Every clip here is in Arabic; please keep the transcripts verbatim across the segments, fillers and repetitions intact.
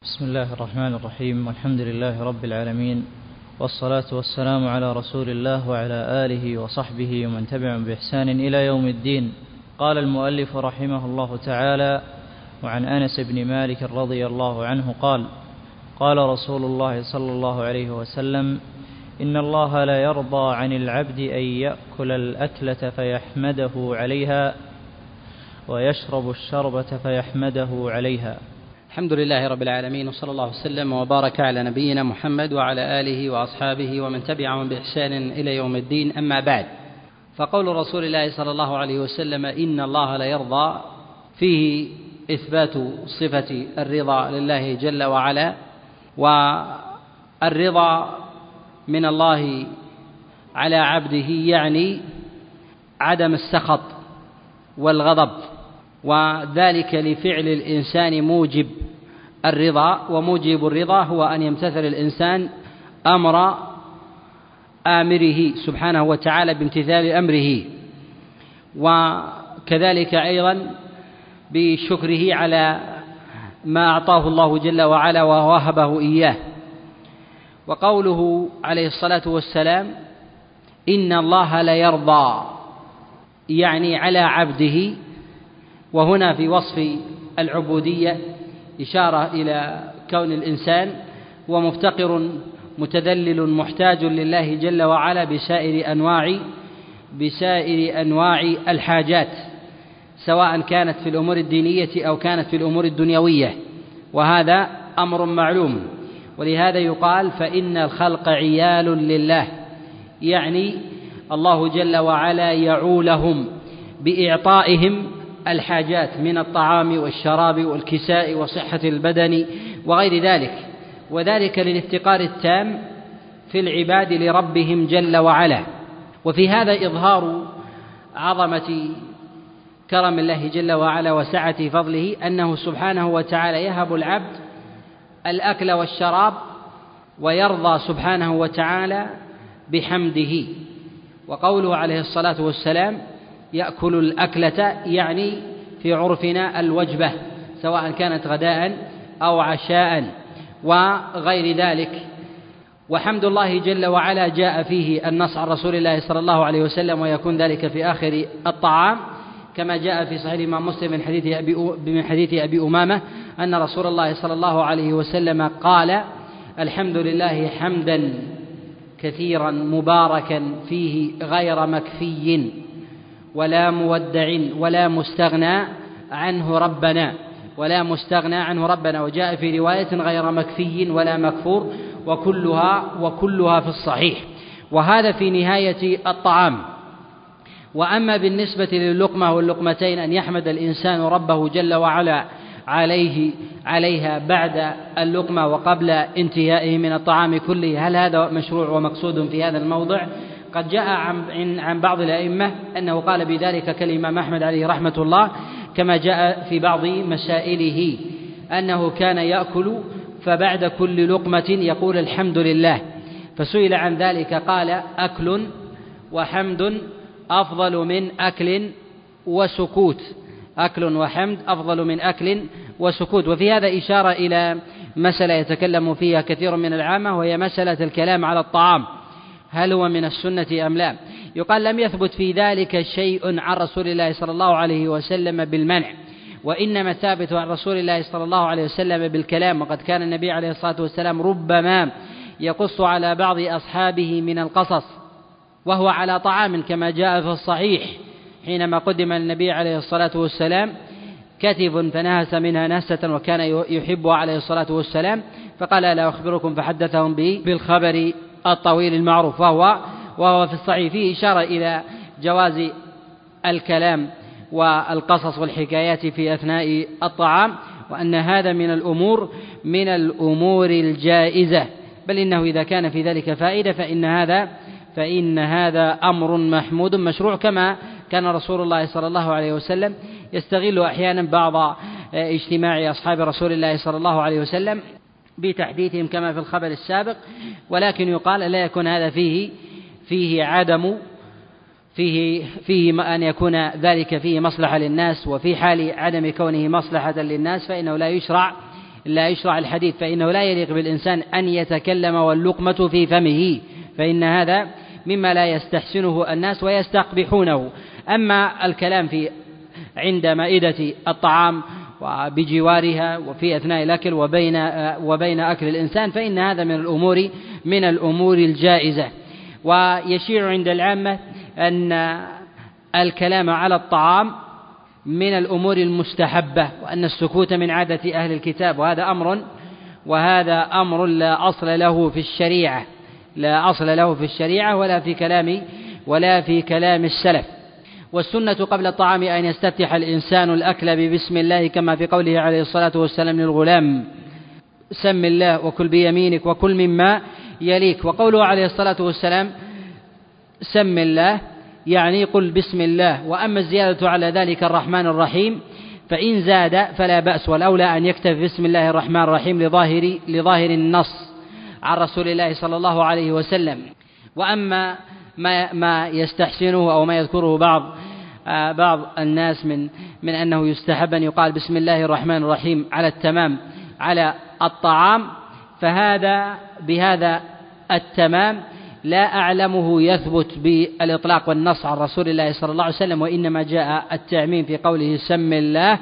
بسم الله الرحمن الرحيم، والحمد لله رب العالمين، والصلاة والسلام على رسول الله وعلى آله وصحبه ومن تبعهم بإحسان إلى يوم الدين. قال المؤلف رحمه الله تعالى: وعن أنس بن مالك رضي الله عنه قال: قال رسول الله صلى الله عليه وسلم: إن الله لا يرضى عن العبد أن يأكل الأكلة فيحمده عليها ويشرب الشربة فيحمده عليها. الحمد لله رب العالمين، وصلى الله وسلم وبارك على نبينا محمد وعلى آله وأصحابه ومن تبعهم بإحسان إلى يوم الدين. أما بعد، فقول رسول الله صلى الله عليه وسلم: إن الله لا يرضى، فيه إثبات صفة الرضا لله جل وعلا، والرضا من الله على عبده يعني عدم السخط والغضب، وذلك لفعل الإنسان موجب الرضا، وموجب الرضا هو أن يمتثل الإنسان أمر آمره سبحانه وتعالى بامتثال أمره، وكذلك أيضا بشكره على ما أعطاه الله جل وعلا ووهبه إياه. وقوله عليه الصلاة والسلام: إن الله لا يرضى، يعني على عبده، وهنا في وصف العبودية إشارة إلى كون الإنسان ومفتقر متذلل محتاج لله جل وعلا بسائر أنواع بسائر أنواع الحاجات، سواء كانت في الأمور الدينية أو كانت في الأمور الدنيوية، وهذا أمر معلوم. ولهذا يقال: فإن الخلق عيال لله، يعني الله جل وعلا يعولهم بإعطائهم الحاجات من الطعام والشراب والكساء وصحة البدن وغير ذلك، وذلك للافتقار التام في العباد لربهم جل وعلا. وفي هذا إظهار عظمة كرم الله جل وعلا وسعة فضله، أنه سبحانه وتعالى يهب العبد الأكل والشراب ويرضى سبحانه وتعالى بحمده. وقوله عليه الصلاة والسلام: يأكل الأكلة، يعني في عرفنا الوجبة، سواء كانت غداء أو عشاء وغير ذلك. وحمد الله جل وعلا جاء فيه النص عن رسول الله صلى الله عليه وسلم، ويكون ذلك في آخر الطعام، كما جاء في صحيح الإمام مسلم من حديث أبي من حديث أبي أمامة أن رسول الله صلى الله عليه وسلم قال: الحمد لله حمدا كثيرا مباركا فيه غير مكفي ولا مودع ولا مستغنى عنه ربنا ولا مستغنى عنه ربنا وجاء في رواية: غير مكفي ولا مكفور، وكلها وكلها في الصحيح. وهذا في نهاية الطعام. وأما بالنسبة للقمة واللقمتين، أن يحمد الإنسان ربه جل وعلا عليه عليها بعد اللقمة وقبل انتهائه من الطعام كله، هل هذا مشروع ومقصود في هذا الموضع؟ قد جاء عن عن بعض الأئمة أنه قال بذلك كالإمام أحمد عليه رحمة الله، كما جاء في بعض مسائله أنه كان يأكل فبعد كل لقمة يقول الحمد لله، فسئل عن ذلك قال: أكل وحمد أفضل من أكل وسكوت، أكل وحمد أفضل من أكل وسكوت. وفي هذا إشارة إلى مسألة يتكلم فيها كثير من العامة، وهي مسألة الكلام على الطعام، هل هو من السنة أم لا؟ يقال: لم يثبت في ذلك شيء عن رسول الله صلى الله عليه وسلم بالمنع، وإنما ثابت عن رسول الله صلى الله عليه وسلم بالكلام. وقد كان النبي عليه الصلاة والسلام ربما يقص على بعض أصحابه من القصص وهو على طعام، كما جاء في الصحيح حينما قدم النبي عليه الصلاة والسلام كتف فنهس منها نهسة وكان يحبها عليه الصلاة والسلام، فقال: لا أخبركم، فحدثهم به بالخبر الطويل المعروف، وهو وهو في الصحيح. فيه إشارة إلى جواز الكلام والقصص والحكايات في أثناء الطعام، وأن هذا من الأمور من الأمور الجائزة، بل إنه إذا كان في ذلك فائدة فإن هذا فإن هذا أمر محمود مشروع، كما كان رسول الله صلى الله عليه وسلم يستغل أحيانا بعض اجتماع أصحاب رسول الله صلى الله عليه وسلم بتحديثهم كما في الخبر السابق. ولكن يقال: لا يكون هذا فيه فيه عدم فيه فيه أن يكون ذلك فيه مصلحة للناس، وفي حال عدم كونه مصلحة للناس فإنه لا يشرع لا يشرع الحديث، فإنه لا يليق بالإنسان أن يتكلم واللقمة في فمه، فإن هذا مما لا يستحسنه الناس ويستقبحونه. أما الكلام في عند مائدة الطعام وبجوارها وفي أثناء الأكل وبين وبين أكل الإنسان فإن هذا من الأمور من الأمور الجائزة. ويشيع عند العامة أن الكلام على الطعام من الأمور المستحبة، وأن السكوت من عادة أهل الكتاب، وهذا أمر وهذا أمر لا أصل له في الشريعة لا أصل له في الشريعة ولا في كلام ولا في كلام السلف. والسنة قبل الطعام أن يستفتح الإنسان الأكل ببسم الله، كما في قوله عليه الصلاة والسلام للغلام: سم الله وكل بيمينك وكل مما يليك. وقوله عليه الصلاة والسلام سم الله يعني قل بسم الله. وأما الزيادة على ذلك الرحمن الرحيم فإن زاد فلا بأس، والأولى أن يكتفي بسم الله الرحمن الرحيم لظاهر لظاهر النص عن رسول الله صلى الله عليه وسلم. وأما ما ما يستحسنه أو ما يذكره بعض آه بعض الناس من من أنه يستحب أن يقال بسم الله الرحمن الرحيم على التمام على الطعام، فهذا بهذا التمام لا أعلمه يثبت بالإطلاق والنص عن رسول الله صلى الله عليه وسلم، وإنما جاء التعميم في قوله سم الله.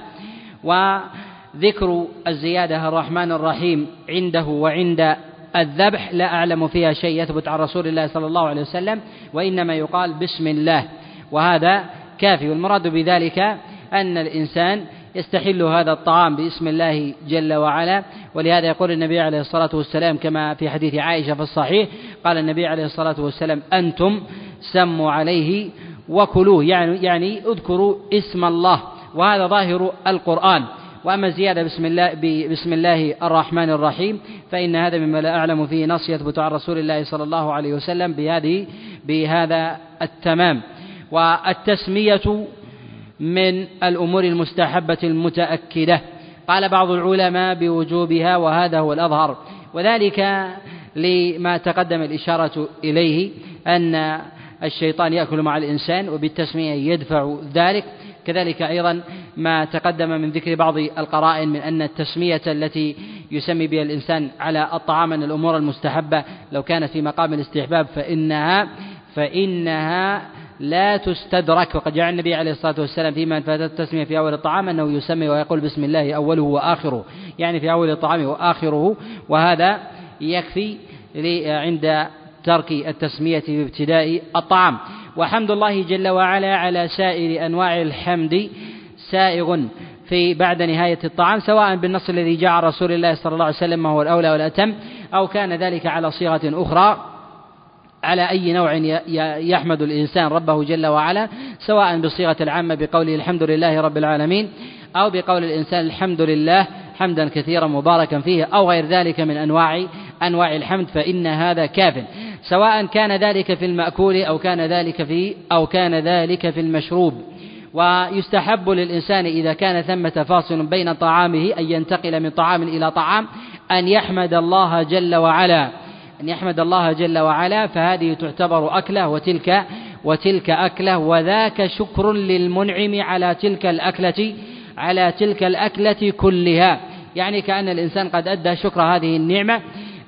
وذكر الزيادة الرحمن الرحيم عنده وعند الذبح لا أعلم فيها شيء يثبت عن رسول الله صلى الله عليه وسلم، وإنما يقال بسم الله، وهذا كافي. والمراد بذلك أن الإنسان يستحل هذا الطعام باسم الله جل وعلا. ولهذا يقول النبي عليه الصلاة والسلام كما في حديث عائشة في الصحيح، قال النبي عليه الصلاة والسلام أنتم سموا عليه وكلوه، يعني, يعني اذكروا اسم الله، وهذا ظاهر القرآن. وأما الزيادة بسم الله, بسم الله الرحمن الرحيم فإن هذا مما لا أعلم فيه نص يثبت عن رسول الله صلى الله عليه وسلم بهذه بهذا التمام. والتسمية من الأمور المستحبة المتأكدة. قال بعض العلماء بوجوبها، وهذا هو الأظهر، وذلك لما تقدم الإشارة إليه أن الشيطان يأكل مع الإنسان وبالتسمية يدفع ذلك. كذلك أيضا ما تقدم من ذكر بعض القرائن من أن التسمية التي يسمي بها الإنسان على الطعام من الأمور المستحبة لو كانت في مقام الاستحباب فإنها فإنها لا تستدرك. وقد جاء النبي عليه الصلاة والسلام فيما فاتت التسمية في أول الطعام أنه يسمي ويقول بسم الله أوله وآخره، يعني في أول الطعام وآخره، وهذا يكفي عند ترك التسمية في ابتداء الطعام. وحمد الله جل وعلا على سائر أنواع الحمد سائغ في بعد نهاية الطعام، سواء بالنص الذي جاء عن رسول الله صلى الله عليه وسلم وهو الأولى والأتم، أو كان ذلك على صيغة أخرى على أي نوع يحمد الإنسان ربه جل وعلا، سواء بصيغة العامة بقوله الحمد لله رب العالمين، أو بقول الإنسان الحمد لله حمدا كثيرا مباركا فيه، أو غير ذلك من أنواع أنواع الحمد، فإن هذا كاف، سواء كان ذلك في المأكول أو كان ذلك في أو كان ذلك في المشروب. ويستحب للإنسان إذا كان ثمة فاصل بين طعامه أن ينتقل من طعام إلى طعام أن يحمد الله جل وعلا أن يحمد الله جل وعلا فهذه تعتبر أكلة وتلك وتلك أكلة، وذاك شكر للمنعم على تلك الأكلة على تلك الأكلة كلها، يعني كأن الإنسان قد أدى شكر هذه النعمة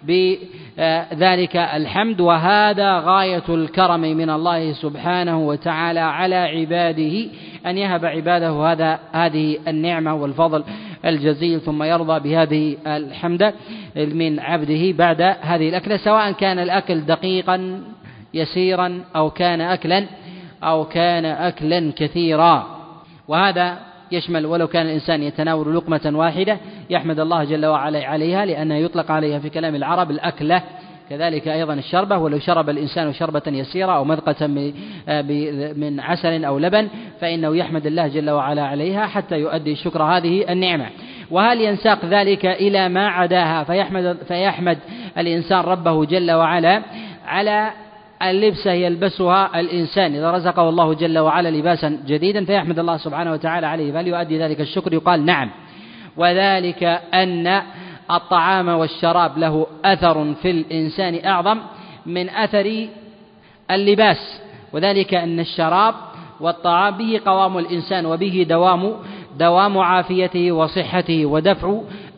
بذلك الحمد. وهذا غاية الكرم من الله سبحانه وتعالى على عباده أن يهب عباده هذا هذه النعمة والفضل الجزيل، ثم يرضى بهذه الحمد من عبده بعد هذه الأكلة، سواء كان الأكل دقيقا يسيرا أو كان أكلا أو كان أكلا كثيرا. وهذا يشمل ولو كان الإنسان يتناول لقمة واحدة يحمد الله جل وعلا عليها، لأنه يطلق عليها في كلام العرب الأكلة. كذلك أيضا الشربة، ولو شرب الإنسان شربة يسيرة أو مذقة من عسل أو لبن فإنه يحمد الله جل وعلا عليها حتى يؤدي شكر هذه النعمة. وهل ينساق ذلك إلى ما عداها فيحمد, فيحمد الإنسان ربه جل وعلا على اللبسة يلبسها الإنسان إذا رزقه الله جل وعلا لباسا جديدا فيحمد الله سبحانه وتعالى عليه، فهل يؤدي ذلك الشكر؟ يقال نعم، وذلك أن الطعام والشراب له أثر في الإنسان أعظم من أثر اللباس، وذلك أن الشراب والطعام به قوام الإنسان وبه دوام دوام عافيته وصحته ودفع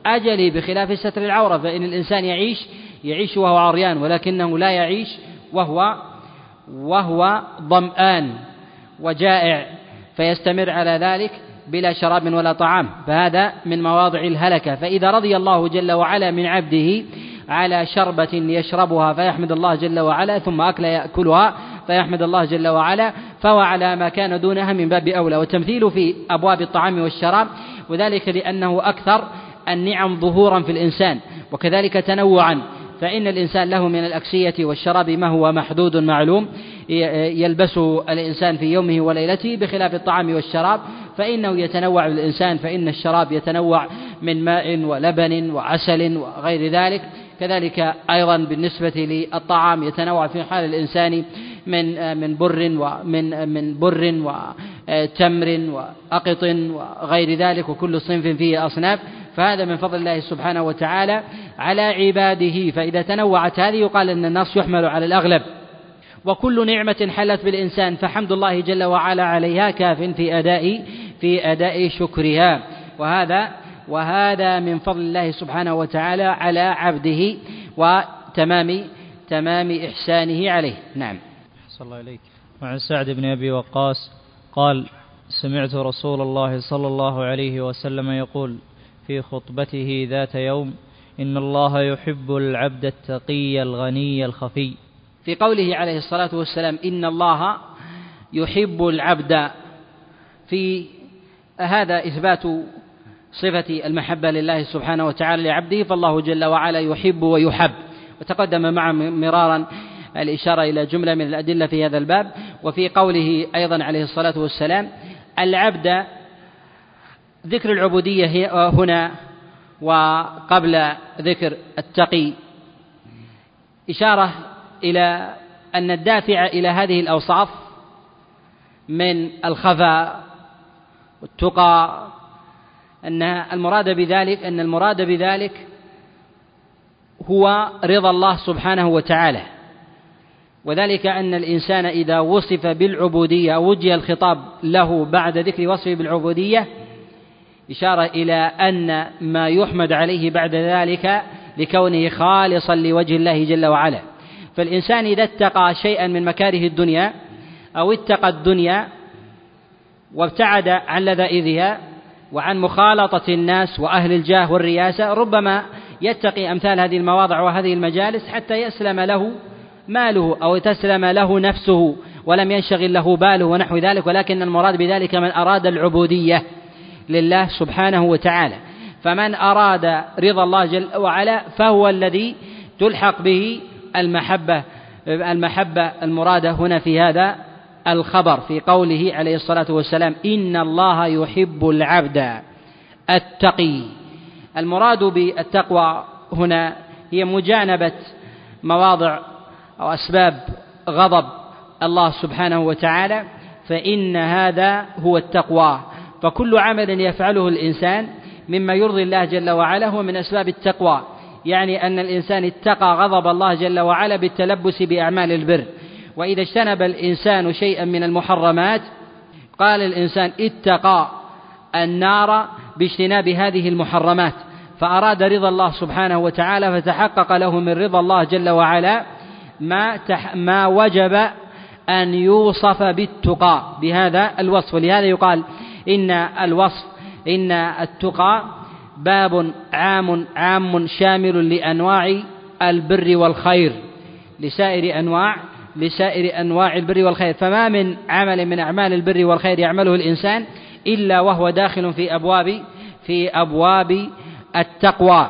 أجله بخلاف ستر العورة، فإن الإنسان يعيش يعيش وهو عريان، ولكنه لا يعيش وهو وهو ظمآن وجائع فيستمر على ذلك بلا شراب ولا طعام، فهذا من مواضع الهلكة. فإذا رضي الله جل وعلا من عبده على شربة يشربها فيحمد الله جل وعلا، ثم أكل يأكلها فيحمد الله جل وعلا، فهو على ما كان دونها من باب أولى. والتمثيل في أبواب الطعام والشراب، وذلك لأنه أكثر النعم ظهورا في الإنسان، وكذلك تنوعا، فإن الإنسان له من الأكسية والشراب ما هو محدود معلوم يلبسه الإنسان في يومه وليلته، بخلاف الطعام والشراب فإنه يتنوع الإنسان، فإن الشراب يتنوع من ماء ولبن وعسل وغير ذلك، كذلك أيضا بالنسبة للطعام يتنوع في حال الإنسان من من بر ومن من بر وتمر وأقط وغير ذلك، وكل صنف فيه أصناف، فهذا من فضل الله سبحانه وتعالى على عباده. فإذا تنوعت هذه يقال أن النص يحمل على الأغلب، وكل نعمة حلت بالإنسان فحمد الله جل وعلا عليها كاف في أداء في أداء شكرها، وهذا وهذا من فضل الله سبحانه وتعالى على عبده وتمام تمام إحسانه عليه. نعم. صلى الله عليك. وعن سعد بن أبي وقاص قال: سمعت رسول الله صلى الله عليه وسلم يقول في خطبته ذات يوم: إن الله يحب العبد التقي الغني الخفي. في قوله عليه الصلاة والسلام إن الله يحب العبد، في هذا إثبات صفة المحبة لله سبحانه وتعالى لعبده، فالله جل وعلا يحب ويحب، وتقدم مع مرارا الإشارة إلى جملة من الأدلة في هذا الباب. وفي قوله أيضا عليه الصلاة والسلام العبد، ذكر العبودية هنا وقبل ذكر التقي إشارة إلى أن الدافع إلى هذه الأوصاف من الخفاء والتقى أن المراد بذلك أن المراد بذلك هو رضا الله سبحانه وتعالى، وذلك أن الإنسان إذا وصف بالعبودية أو وجه الخطاب له بعد ذكر وصفه بالعبودية إشارة إلى أن ما يحمد عليه بعد ذلك لكونه خالصا لوجه الله جل وعلا. فالإنسان إذا اتقى شيئا من مكاره الدنيا أو اتقى الدنيا وابتعد عن لذائذها وعن مخالطة الناس وأهل الجاه والرياسة، ربما يتقي أمثال هذه المواضع وهذه المجالس حتى يسلم له ماله أو تسلم له نفسه ولم ينشغل له باله ونحو ذلك، ولكن المراد بذلك من أراد العبودية لله سبحانه وتعالى. فمن أراد رضا الله جل وعلا فهو الذي تلحق به المحبة المحبة المرادة هنا في هذا الخبر، في قوله عليه الصلاة والسلام إن الله يحب العبد التقي. المراد بالتقوى هنا هي مجانبة مواضع أو أسباب غضب الله سبحانه وتعالى، فإن هذا هو التقوى. فكل عمل يفعله الإنسان مما يرضي الله جل وعلا هو من أسباب التقوى، يعني أن الإنسان اتقى غضب الله جل وعلا بالتلبس بأعمال البر. وإذا اجتنب الإنسان شيئا من المحرمات قال الإنسان اتقى النار باجتناب هذه المحرمات، فأراد رضا الله سبحانه وتعالى فتحقق له من رضا الله جل وعلا ما, تح ما وجب أن يوصف بالتقى بهذا الوصف. ولهذا يقال إن الوصف إن التقى باب عام عام شامل لأنواع البر والخير، لسائر أنواع لسائر أنواع البر والخير. فما من عمل من أعمال البر والخير يعمله الإنسان إلا وهو داخل في أبواب في أبواب التقوى.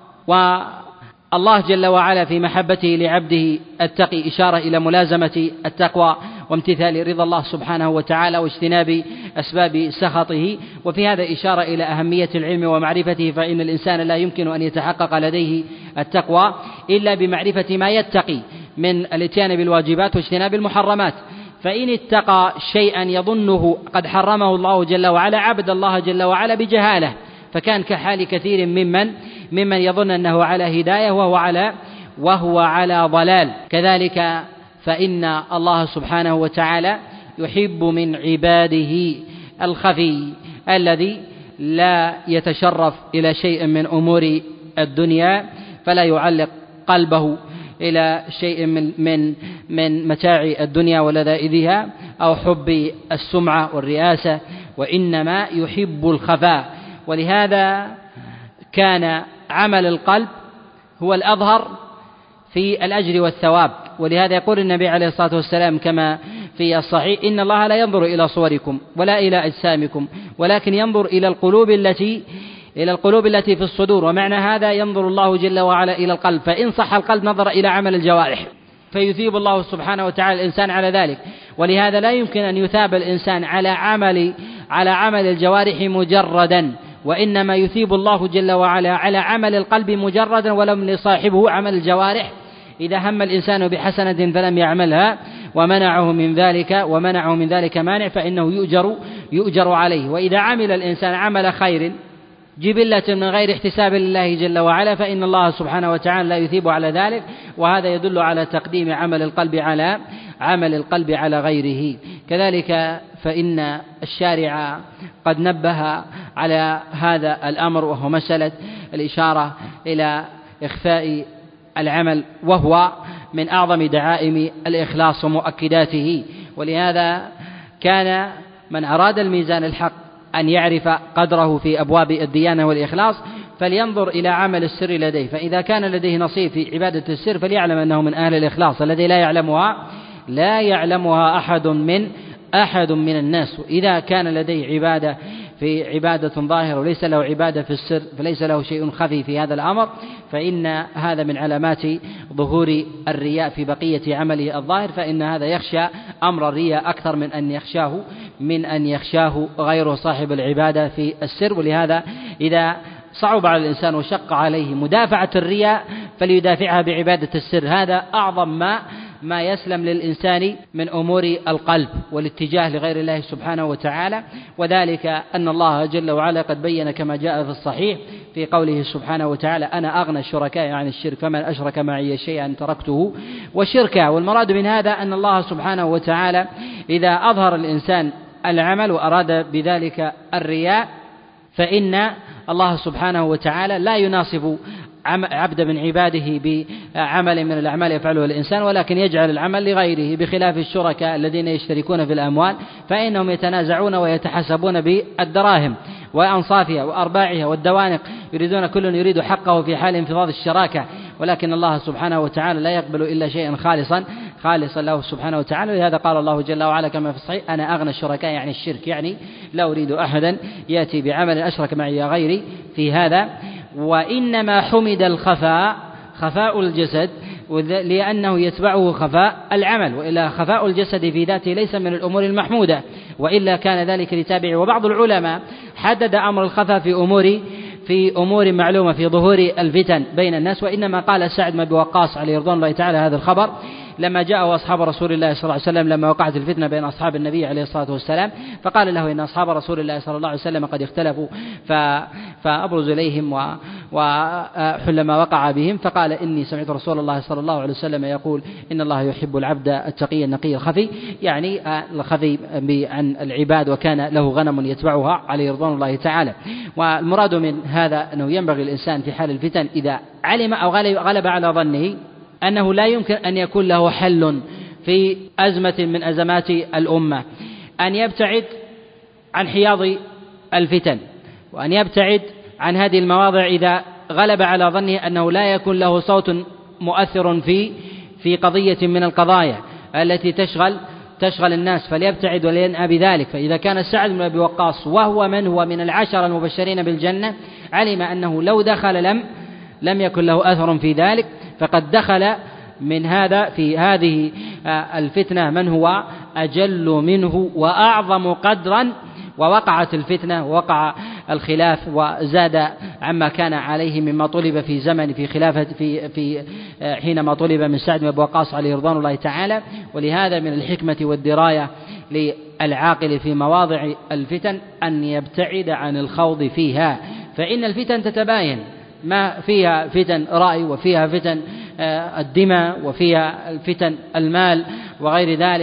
والله جل وعلا في محبته لعبده التقي إشارة إلى ملازمة التقوى وامتثال رضا الله سبحانه وتعالى واجتناب أسباب سخطه. وفي هذا إشارة إلى أهمية العلم ومعرفته، فإن الإنسان لا يمكن أن يتحقق لديه التقوى إلا بمعرفة ما يتقي من الاتيان بالواجبات واجتناب المحرمات. فإن اتقى شيئا يظنه قد حرمه الله جل وعلا عبد الله جل وعلا بجهالة، فكان كحال كثير ممن ممن يظن أنه على هداية وهو على وهو على ضلال. كذلك فإن الله سبحانه وتعالى يحب من عباده الخفي الذي لا يتشرف إلى شيء من أمور الدنيا، فلا يعلق قلبه إلى شيء من من من متاع الدنيا ولذائذها أو حب السمعة والرئاسة، وإنما يحب الخفاء. ولهذا كان عمل القلب هو الأظهر في الأجر والثواب. ولهذا يقول النبي عليه الصلاة والسلام كما في الصحيح: إن الله لا ينظر إلى صوركم ولا إلى أجسامكم ولكن ينظر إلى القلوب التي إلى القلوب التي في الصدور. ومعنى هذا ينظر الله جل وعلا إلى القلب، فإن صح القلب نظر إلى عمل الجوارح فيثيب الله سبحانه وتعالى الإنسان على ذلك. ولهذا لا يمكن أن يثاب الإنسان على عمل على عمل الجوارح مجردا، وإنما يثيب الله جل وعلا على عمل القلب مجردا ولم لصاحبه عمل الجوارح. إذا هم الإنسان بحسنة فلم يعملها ومنعه من ذلك ومنعه من ذلك مانع فإنه يؤجر يؤجر عليه. وإذا عمل الإنسان عمل خير جبلة من غير احتساب لله جل وعلا فإن الله سبحانه وتعالى لا يثيب على ذلك، وهذا يدل على تقديم عمل القلب على عمل القلب على غيره. كذلك فإن الشارع قد نبه على هذا الأمر، وهو مسألة الإشارة إلى إخفاء العمل، وهو من أعظم دعائم الإخلاص ومؤكداته. ولهذا كان من أراد الميزان الحق أن يعرف قدره في أبواب الديانة والإخلاص فلينظر إلى عمل السر لديه، فإذا كان لديه نصيب في عبادة السر فليعلم أنه من أهل الإخلاص الذي لا يعلمها لا يعلمها أحد من أحد من الناس. وإذا كان لديه عبادة في عبادة ظاهرة وليس له عبادة في السر فليس له شيء خفي في هذا الأمر، فإن هذا من علامات ظهور الرياء في بقية عمله الظاهر، فإن هذا يخشى أمر الرياء أكثر من أن يخشاه من أن يخشاه غيره صاحب العبادة في السر. ولهذا إذا صعب على الإنسان وشق عليه مدافعة الرياء فليدافعها بعبادة السر، هذا أعظم ما ما يسلم للإنسان من أمور القلب والاتجاه لغير الله سبحانه وتعالى. وذلك أن الله جل وعلا قد بين كما جاء في الصحيح في قوله سبحانه وتعالى: أنا أغنى الشركاء عن الشرك فمن أشرك معي شيئا تركته وشركه. والمراد من هذا أن الله سبحانه وتعالى إذا أظهر الإنسان العمل وأراد بذلك الرياء فإن الله سبحانه وتعالى لا يناصب عبد من عباده بعمل من الأعمال يفعله الإنسان، ولكن يجعل العمل لغيره، بخلاف الشركاء الذين يشتركون في الأموال فإنهم يتنازعون ويتحسبون بالدراهم وأنصافها وأرباعها والدوانق، يريدون كل يريد حقه في حال انفضاض الشراكة، ولكن الله سبحانه وتعالى لا يقبل إلا شيئا خالصا خالصا له سبحانه وتعالى. لهذا قال الله جل وعلا كما في الصحيح: أنا أغنى الشركاء يعني الشرك، يعني لا أريد أحدا يأتي بعمل أشرك معي غيري في هذا. وإنما حمد الخفاء خفاء الجسد لأنه يتبعه خفاء العمل، وإلا خفاء الجسد في ذاته ليس من الأمور المحمودة، وإلا كان ذلك لتابعه. وبعض العلماء حدد أمر الخفاء في أمور في أمور معلومة في ظهور الفتن بين الناس، وإنما قال سعد بن أبي وقاص عليه رضوان الله تعالى هذا الخبر لما جاءه أصحاب رسول الله صلى الله عليه وسلم لما وقعت الفتنة بين أصحاب النبي عليه الصلاة والسلام، فقال له: إن أصحاب رسول الله صلى الله عليه وسلم قد اختلفوا فأبرز إليهم وحل ما وقع بهم، فقال: إني سمعت رسول الله صلى الله عليه وسلم يقول: إن الله يحب العبد التقي النقي الخفي، يعني الخفي عن العباد، وكان له غنم يتبعها عليه رضوان الله تعالى. والمراد من هذا أنه ينبغي الإنسان في حال الفتن إذا علم أو غلب على ظنه أنه لا يمكن أن يكون له حل في أزمة من أزمات الأمة أن يبتعد عن حياض الفتن، وأن يبتعد عن هذه المواضع إذا غلب على ظنه أنه لا يكون له صوت مؤثر في في قضية من القضايا التي تشغل تشغل الناس، فليبتعد ولينأى بذلك. فإذا كان سعد بن أبي وقاص وهو من هو من العشرة المبشرين بالجنة علم أنه لو دخل لم لم يكن له أثر في ذلك، فقد دخل من هذا في هذه الفتنة من هو أجل منه وأعظم قدرا، ووقعت الفتنة ووقع الخلاف وزاد عما كان عليه مما طلب في زمن في خلافة في في حينما طلب من سعد بن أبي وقاص عليه رضوان الله تعالى. ولهذا من الحكمة والدراية للعاقل في مواضع الفتن أن يبتعد عن الخوض فيها، فإن الفتن تتباين، ما فيها فتن رأي وفيها فتن الدماء وفيها فتن المال وغير ذلك،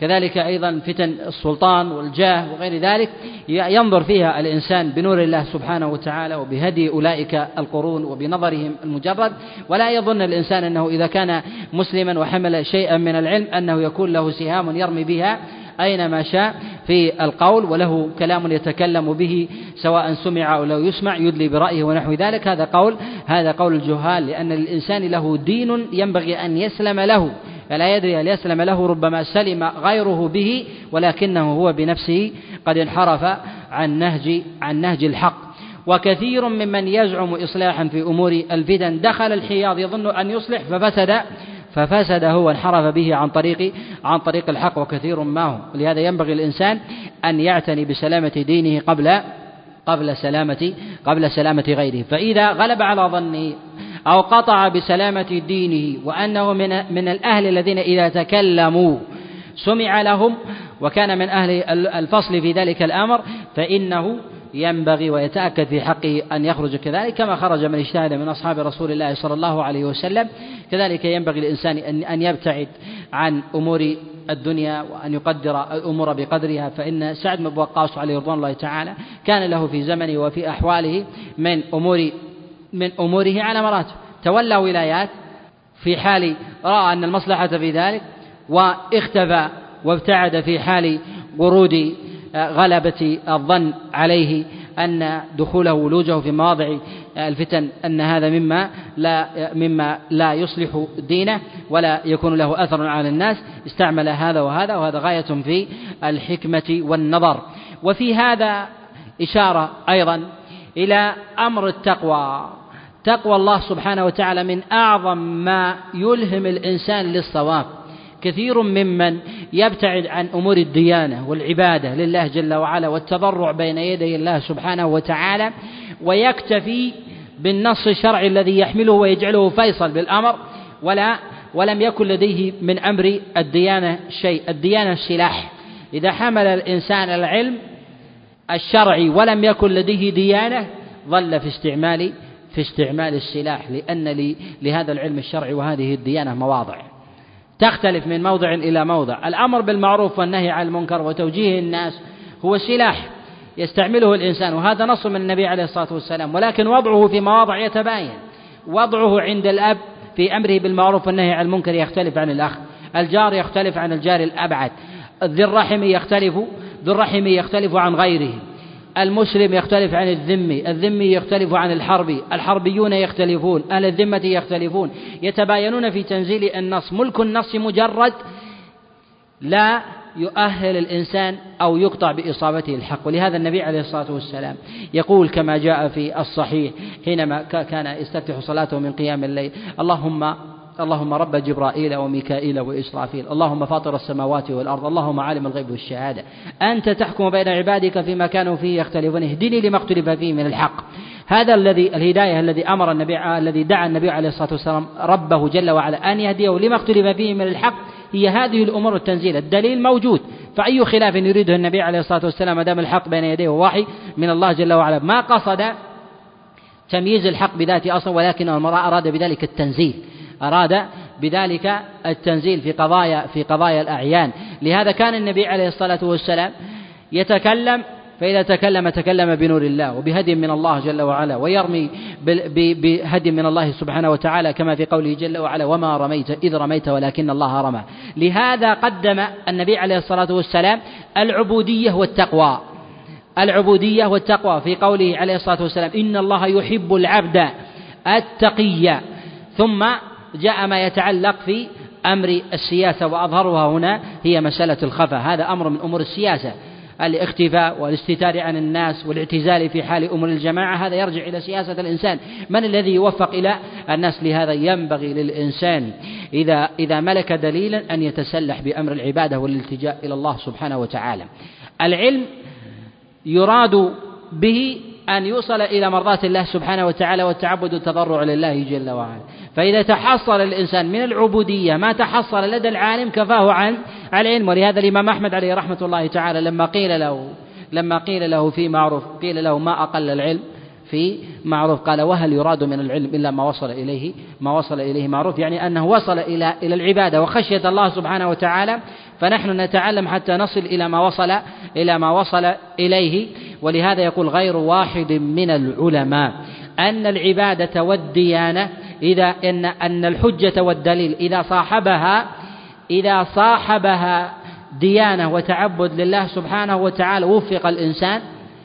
كذلك أيضا فتن السلطان والجاه وغير ذلك ينظر فيها الإنسان بنور الله سبحانه وتعالى وبهدي أولئك القرون وبنظرهم المجرد، ولا يظن الإنسان أنه إذا كان مسلما وحمل شيئا من العلم أنه يكون له سهام يرمي بها أينما شاء في القول، وله كلام يتكلم به سواء سمع أو لو يسمع يدلي برأيه ونحو ذلك. هذا قول هذا قول الجهال، لأن الإنسان له دين ينبغي أن يسلم له، فلا يدري هل يسلم له، ربما سلم غيره به ولكنه هو بنفسه قد انحرف عن نهج عن نهج الحق. وكثير ممن يزعم إصلاحا في أمور الفتن دخل الحياض يظن أن يصلح ففسد ففسد هو انحرف به عن طريق عن طريق الحق، وكثير ما هو. ولهذا ينبغي الإنسان أن يعتني بسلامة دينه قبل قبل سلامة قبل سلامة غيره. فإذا غلب على ظنه أو قطع بسلامة دينه وأنه من من الأهل الذين إذا تكلموا سمع لهم وكان من أهل الفصل في ذلك الأمر، فإنه ينبغي ويتأكد في حقه أن يخرج كذلك كما خرج من اجتهد من أصحاب رسول الله صلى الله عليه وسلم. كذلك ينبغي الإنسان أن يبتعد عن أمور الدنيا وأن يقدر الأمور بقدرها، فإن سعد بن وقاص عليه رضوان الله تعالى كان له في زمنه وفي أحواله من أمور من أموره على مراتب، تولى ولايات في حال رأى أن المصلحة في ذلك، واختفى وابتعد في حال ورود غلبة الظن عليه أن دخوله ولوجه في مواضع الفتن أن هذا مما لا مما لا يصلح دينه ولا يكون له أثر على الناس، استعمل هذا وهذا، وهذا غاية في الحكمة والنظر. وفي هذا إشارة أيضا إلى أمر التقوى. تقوى الله سبحانه وتعالى من أعظم ما يلهم الإنسان للصواب. كثير ممن يبتعد عن أمور الديانة والعبادة لله جل وعلا والتضرع بين يدي الله سبحانه وتعالى، ويكتفي بالنص الشرعي الذي يحمله ويجعله فيصل بالأمر، ولا ولم يكن لديه من أمر الديانة شيء. الديانة سلاح، إذا حمل الإنسان العلم الشرعي ولم يكن لديه ديانة ظل في استعمال في استعمال السلاح، لأن لهذا العلم الشرعي وهذه الديانة مواضع تختلف من موضع إلى موضع. الأمر بالمعروف والنهي عن المنكر وتوجيه الناس هو سلاح يستعمله الإنسان، وهذا نص من النبي عليه الصلاة والسلام، ولكن وضعه في مواضع يتباين. وضعه عند الأب في أمره بالمعروف والنهي عن المنكر يختلف عن الأخ، الجار يختلف عن الجار الأبعد، ذي الرحم يختلف ذو الرحم يختلف عن غيره، المسلم يختلف عن الذمي، الذمي يختلف عن الحربي، الحربيون يختلفون، أهل الذمة يختلفون، يتباينون في تنزيل النص. ملك النص مجرد لا يؤهل الإنسان أو يقطع بإصابته الحق. ولهذا النبي عليه الصلاة والسلام يقول كما جاء في الصحيح حينما كان يستفتح صلاته من قيام الليل: اللهم اللهم رب جبرائيل وميكائيل وإسرافيل، اللهم فاطر السماوات والأرض، اللهم عالم الغيب والشهادة، أنت تحكم بين عبادك فيما كانوا فيه يختلفون، اهدني لما اختلف فيه من الحق. هذا الذي الهداية الذي أمر النبي الذي دعا النبي عليه الصلاة والسلام ربه جل وعلا أن يهديه لما اختلف فيه من الحق، هي هذه الأمور التنزيل. الدليل موجود، فأي خلاف يريده النبي عليه الصلاة والسلام ما دام الحق بين يديه ووحي من الله جل وعلا. ما قصد تمييز الحق بذاته أصلا، ولكن المرأة أراد بذلك التنزيل، أراد بذلك التنزيل في قضايا في قضايا الأعيان. لهذا كان النبي عليه الصلاة والسلام يتكلم، فإذا تكلم تكلم بنور الله وبهدي من الله جل وعلا، ويرمي بهدي من الله سبحانه وتعالى كما في قوله جل وعلا: وما رميت إذ رميت ولكن الله رمى. لهذا قدم النبي عليه الصلاة والسلام العبودية والتقوى، العبودية والتقوى في قوله عليه الصلاة والسلام: إن الله يحب العبد التقي. ثم جاء ما يتعلق في أمر السياسة، وأظهرها هنا هي مسألة الخفاء. هذا أمر من أمور السياسة، الاختفاء والاستتار عن الناس والاعتزال في حال أمور الجماعة، هذا يرجع إلى سياسة الإنسان. من الذي يوفق إلى الناس؟ لهذا ينبغي للإنسان إذا إذا ملك دليلا أن يتسلح بأمر العبادة والالتجاء إلى الله سبحانه وتعالى. العلم يراد به أن يوصل إلى مرضاة الله سبحانه وتعالى والتعبد والتضرع لله جل وعلا. فإذا تحصل الإنسان من العبودية ما تحصل لدى العالم كفاه عن العلم. ولهذا الإمام أحمد عليه رحمة الله تعالى لما قيل له لما قيل له في معروف قيل له: ما أقل العلم في معروف؟ قال: وهل يراد من العلم إلا ما وصل إليه ما وصل إليه معروف، يعني أنه وصل إلى إلى العبادة وخشية الله سبحانه وتعالى، فنحن نتعلم حتى نصل إلى ما وصل إلى ما وصل إليه. ولهذا يقول غير واحد من العلماء أن العبادة والديانة إذا إن أن الحجة والدليل إذا صاحبها إذا صاحبها ديانة وتعبد لله سبحانه وتعالى وفق الإنسان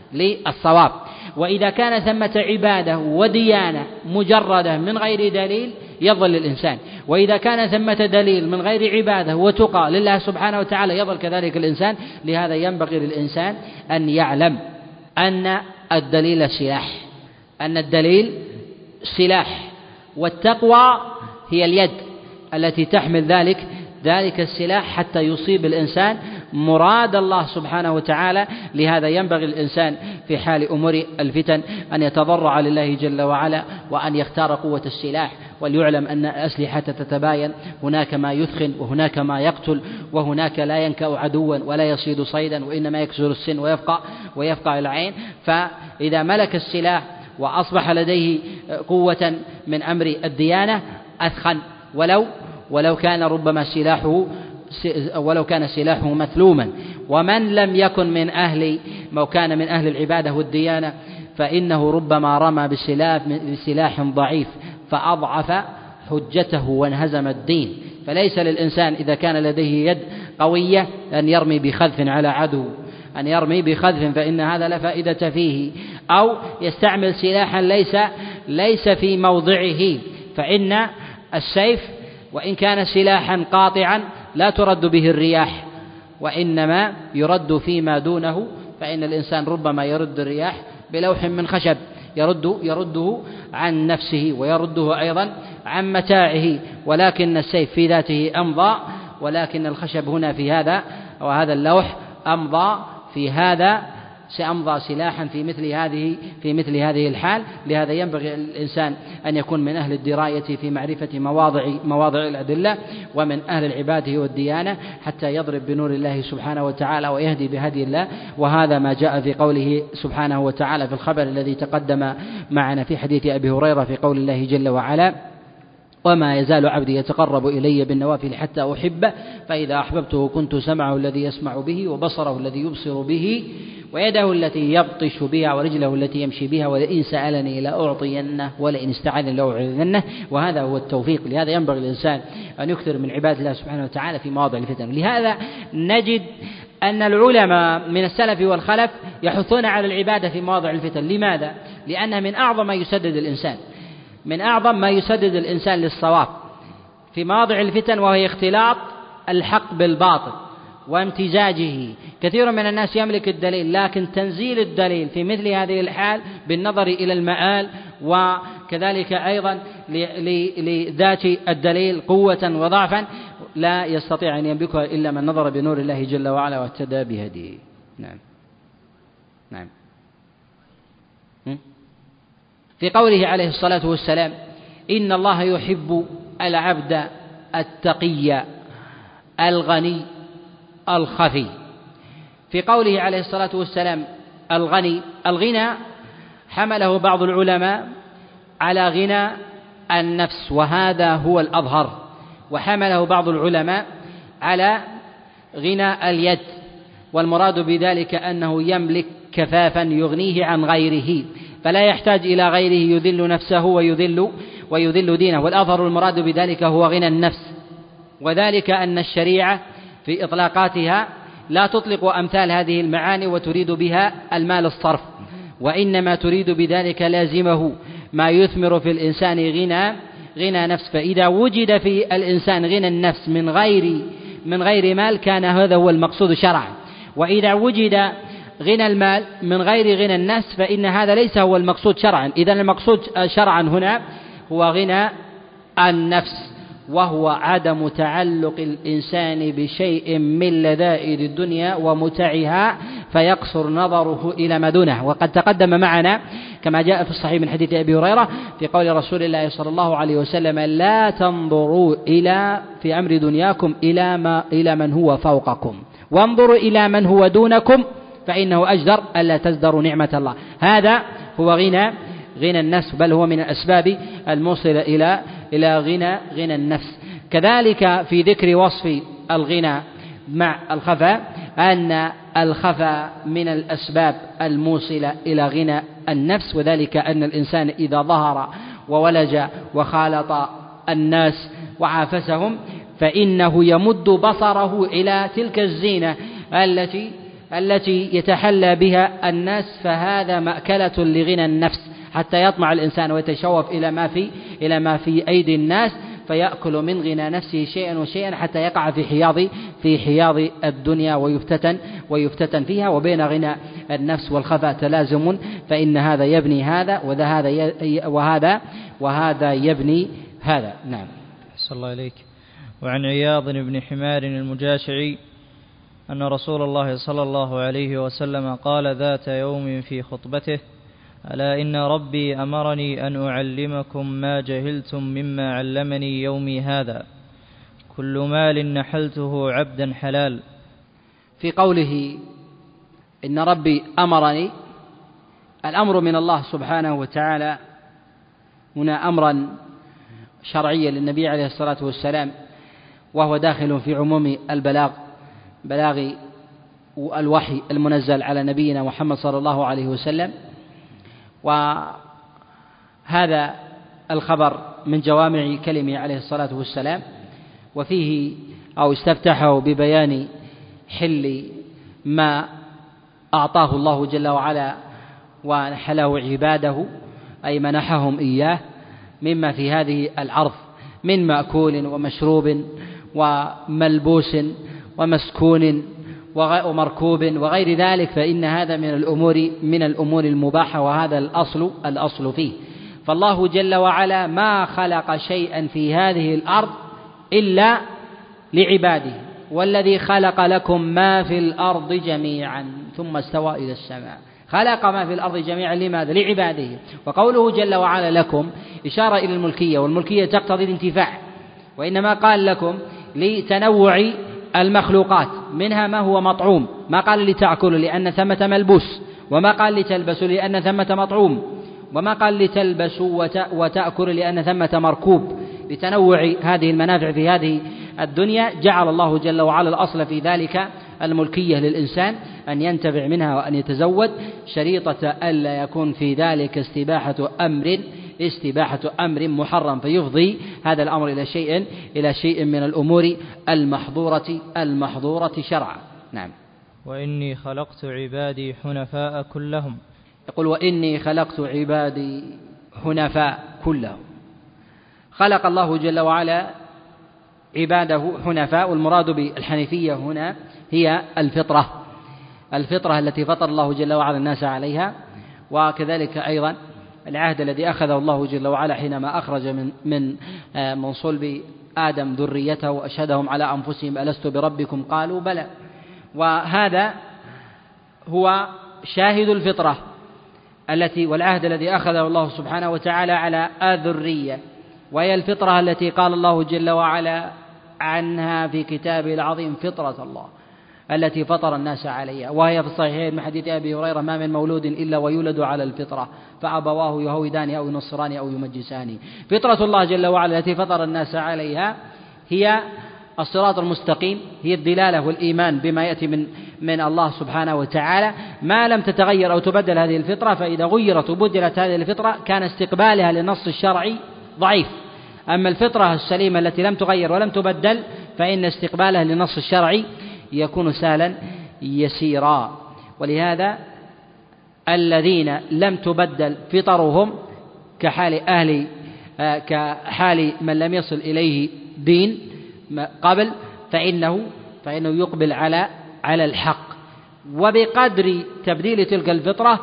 للصواب، وإذا كان ثمة عبادة وديانة مجردة من غير دليل يضل الإنسان، وإذا كان ثمة دليل من غير عبادة وتقى لله سبحانه وتعالى يضل كذلك الإنسان. لهذا ينبغي للإنسان أن يعلم أن الدليل سلاح أن الدليل سلاح والتقوى هي اليد التي تحمل ذلك ذلك السلاح حتى يصيب الإنسان مراد الله سبحانه وتعالى. لهذا ينبغي الإنسان في حال أمور الفتن أن يتضرع لله جل وعلا وأن يختار قوة السلاح، وليعلم أن الأسلحة تتباين، هناك ما يثخن وهناك ما يقتل، وهناك لا ينكأ عدوا ولا يصيد صيدا، وإنما يكسر السن ويفقع ويفقع العين. فإذا ملك السلاح وأصبح لديه قوة من أمر الديانة أثخن ولو ولو كان ربما سلاحه ولو كان سلاحه مثلوما. ومن لم يكن من أهل ما كان من أهل العبادة والديانة فإنه ربما رمى بسلاح ضعيف فأضعف حجته وانهزم الدين. فليس للإنسان إذا كان لديه يد قوية أن يرمي بخذف على عدو أن يرمي بخذف فإن هذا لا فائدة فيه، أو يستعمل سلاحا ليس ليس في موضعه. فإن السيف وإن كان سلاحا قاطعا لا ترد به الرياح، وإنما يرد فيما دونه. فإن الإنسان ربما يرد الرياح بلوح من خشب يرد يرده عن نفسه ويرده أيضا عن متاعه، ولكن السيف في ذاته أمضى، ولكن الخشب هنا في هذا وهذا اللوح أمضى في هذا سأمضى سلاحا في مثل هذه في مثل هذه الحال. لهذا ينبغي الإنسان أن يكون من أهل الدراية في معرفة مواضع مواضع الأدلة ومن أهل العبادة والديانة حتى يضرب بنور الله سبحانه وتعالى ويهدي بهدي الله. وهذا ما جاء في قوله سبحانه وتعالى في الخبر الذي تقدم معنا في حديث أبي هريرة في قول الله جل وعلا: وما يزال عبدي يتقرب إلي بالنوافل حتى أحبه فإذا أحببته كنت سمعه الذي يسمع به وبصره الذي يبصر به ويده التي يبطش بها ورجله التي يمشي بها ولئن سألني لأعطينه ولئن استعاذني لأعيذنه. وهذا هو التوفيق. لهذا ينبغي الإنسان أن يكثر من عبادة الله سبحانه وتعالى في مواضع الفتن. لهذا نجد أن العلماء من السلف والخلف يحثون على العبادة في مواضع الفتن. لماذا؟ لأنها من أعظم ما يسدد الإنسان من أعظم ما يسدد الإنسان للصواب في مواضع الفتن، وهي اختلاط الحق بالباطل وامتزاجه. كثير من الناس يملك الدليل، لكن تنزيل الدليل في مثل هذه الحال بالنظر إلى المآل، وكذلك أيضا لذات الدليل قوة وضعفا لا يستطيع أن يملكها إلا من نظر بنور الله جل وعلا واهتدى بهديه. نعم نعم في قوله عليه الصلاة والسلام: إن الله يحب العبد التقي الغني الخفي. في قوله عليه الصلاة والسلام الغني، الغنى حمله بعض العلماء على غنى النفس وهذا هو الأظهر، وحمله بعض العلماء على غنى اليد، والمراد بذلك أنه يملك كفافا يغنيه عن غيره فلا يحتاج إلى غيره يذل نفسه ويذل ويذل دينه. والأظهر المراد بذلك هو غنى النفس، وذلك أن الشريعة في إطلاقاتها لا تطلق أمثال هذه المعاني وتريد بها المال الصرف، وإنما تريد بذلك لازمه ما يثمر في الإنسان غنى غنى نفس. فإذا وجد في الإنسان غنى النفس من غير من غير مال كان هذا هو المقصود شرعا، وإذا وجد غنى المال من غير غنى النفس فإن هذا ليس هو المقصود شرعا. إذن المقصود شرعا هنا هو غنى النفس، وهو عدم تعلق الإنسان بشيء من لذائذ الدنيا ومتعها فيقصر نظره إلى ما دونه. وقد تقدم معنا كما جاء في الصحيح من حديث أبي هريرة في قول رسول الله صلى الله عليه وسلم: لا تنظروا إلى في أمر دنياكم إلى ما إلى من هو فوقكم وانظروا إلى من هو دونكم فإنه أجدر ألا تزدروا نعمة الله. هذا هو غنى غنى النفس، بل هو من الأسباب الموصلة إلى إلى غنى غنى النفس. كذلك في ذكر وصف الغنى مع الخفاء أن الخفاء من الأسباب الموصلة إلى غنى النفس، وذلك أن الإنسان إذا ظهر وولج وخالط الناس وعافسهم فإنه يمد بصره إلى تلك الزينة التي التي يتحلى بها الناس، فهذا مأكلة لغنى النفس حتى يطمع الإنسان ويتشوف إلى ما في إلى ما في أيدي الناس، فيأكل من غنى نفسه شيئا وشيئا حتى يقع في حياض في حياض الدنيا ويفتتن ويفتتن فيها. وبين غنى النفس والخفاء تلازم، فإن هذا يبني هذا وهذا وهذا وهذا يبني هذا. نعم. أحسن الله إليك. وعن عياض بن حمار المجاشعي أن رسول الله صلى الله عليه وسلم قال ذات يوم في خطبته: ألا إن ربي أمرني أن أعلمكم ما جهلتم مما علمني يومي هذا، كل مال نحلته عبدا حلال. في قوله إن ربي أمرني، الأمر من الله سبحانه وتعالى هنا أمرا شرعيا للنبي عليه الصلاة والسلام، وهو داخل في عموم البلاغ بلاغ الوحي المنزل على نبينا محمد صلى الله عليه وسلم. وهذا الخبر من جوامع كلمه عليه الصلاة والسلام، وفيه أو استفتحه ببيان حل ما أعطاه الله جل وعلا ونحله عباده، أي منحهم إياه مما في هذه الأرض من مأكول ومشروب وملبوس ومسكون ومركوب وغير ذلك، فإن هذا من الأمور من الأمور المباحة، وهذا الأصل الأصل فيه. فالله جل وعلا ما خلق شيئا في هذه الأرض إلا لعباده، والذي خلق لكم ما في الأرض جميعا ثم استوى إلى السماء. خلق ما في الأرض جميعا لماذا؟ لعباده. وقوله جل وعلا لكم إشارة إلى الملكية، والملكية تقتضي الانتفاع، وإنما قال لكم لتنوع المخلوقات، منها ما هو مطعوم، ما قال لتأكلوا لأن ثمة ملبوس، وما قال لتلبسوا لأن ثمة مطعوم، وما قال لتلبسوا وتأكلوا لأن ثمة مركوب. لتنوع هذه المنافع في هذه الدنيا جعل الله جل وعلا الأصل في ذلك الملكية للإنسان أن ينتفع منها وأن يتزود، شريطة ألا يكون في ذلك استباحة أمر استباحة أمر محرم، فيفضي هذا الأمر إلى شيء إلى شيء من الأمور المحظورة المحظورة شرعا. نعم. وإني خلقت عبادي حنفاء كلهم. يقول: وإني خلقت عبادي حنفاء كلهم. خلق الله جل وعلا عباده حنفاء، والمراد بالحنيفية هنا هي الفطرة الفطرة التي فطر الله جل وعلا الناس عليها. وكذلك أيضا العهد الذي أخذه الله جل وعلا حينما أخرج من من من صلب آدم ذريته وأشهدهم على أنفسهم ألست بربكم قالوا بلى. وهذا هو شاهد الفطرة التي والعهد الذي أخذه الله سبحانه وتعالى على الذرية، وهي الفطرة التي قال الله جل وعلا عنها في كتابه العظيم: فطرة الله التي فطر الناس عليها. وهي في الصحيحين من حديث أبي هريرة: ما من مولود إلا ويولد على الفطرة فأبواه يهودان أو ينصران أو يمجسان. فطرة الله جل وعلا التي فطر الناس عليها هي الصراط المستقيم، هي الدلالة والإيمان بما يأتي من من الله سبحانه وتعالى، ما لم تتغير أو تبدل هذه الفطرة. فإذا غيرت وبدلت هذه الفطرة كان استقبالها للنص الشرعي ضعيف. أما الفطرة السليمة التي لم تغير ولم تبدل فإن استقبالها للنص الشرعي يكون سهلا يسيرا. ولهذا الذين لم تبدل فطرهم كحال أهل كحال من لم يصل إليه دين قبل فإنه فإنه يقبل على على الحق، وبقدر تبديل تلك الفطرة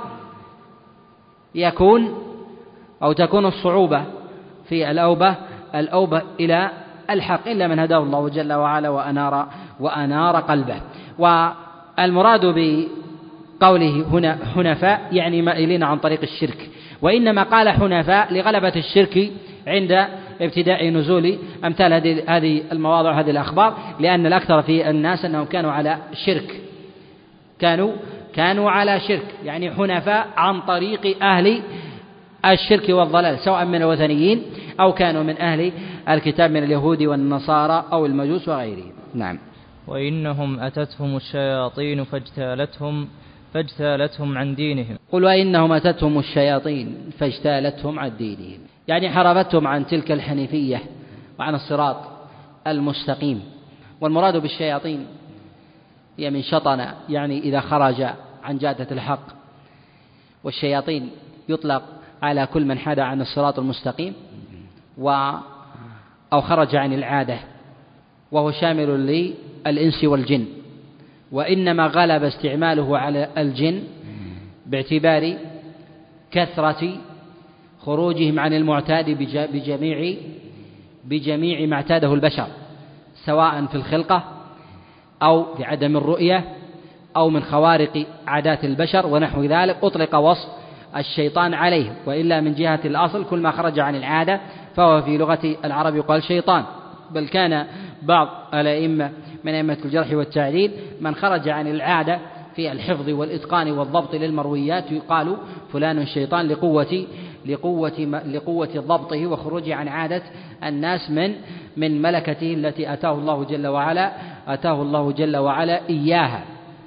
يكون أو تكون الصعوبة في الأوبة الأوبة إلى الحق، إلا من هداه الله جل وعلا وأنار وأنار قلبه. والمراد بقوله هنا حنفاء يعني مائلين عن طريق الشرك، وإنما قال حنفاء لغلبة الشرك عند ابتداء نزول أمثال هذه المواضع وهذه الأخبار، لأن الأكثر في الناس أنهم كانوا على شرك كانوا كانوا على شرك يعني حنفاء عن طريق أهل الشرك والضلال، سواء من الوثنيين أو كانوا من أهل الكتاب من اليهود والنصارى أو المجوس وغيرهم. نعم. وإنهم أتتهم الشياطين فاجتالتهم فاجتالتهم عن دينهم. قل وإنهم أتتهم الشياطين فاجتالتهم عن دينهم، يعني حرفتهم عن تلك الحنيفية وعن الصراط المستقيم. والمراد بالشياطين هي من شطن، يعني إذا خرج عن جادة الحق، والشياطين يطلق على كل من حاد عن الصراط المستقيم و أو خرج عن العادة، وهو شامل للإنس والجن، وإنما غلب استعماله على الجن باعتبار كثرة خروجهم عن المعتاد بجميع بجميع ما اعتاده البشر، سواء في الخلقة أو في عدم الرؤية أو من خوارق عادات البشر ونحو ذلك، أطلق وصف الشيطان عليه. وإلا من جهة الأصل كل ما خرج عن العادة فهو في لغة العرب يقال شيطان. بل كان بعض الأئمة من أئمة الجرح والتعديل من خرج عن العادة في الحفظ والإتقان والضبط للمرويات يقال فلان شيطان لقوة لقوة لقوة ضبطه وخروجه عن عادة الناس من من ملكته التي أتاه الله جل وعلا أتاه الله جل وعلا إياها.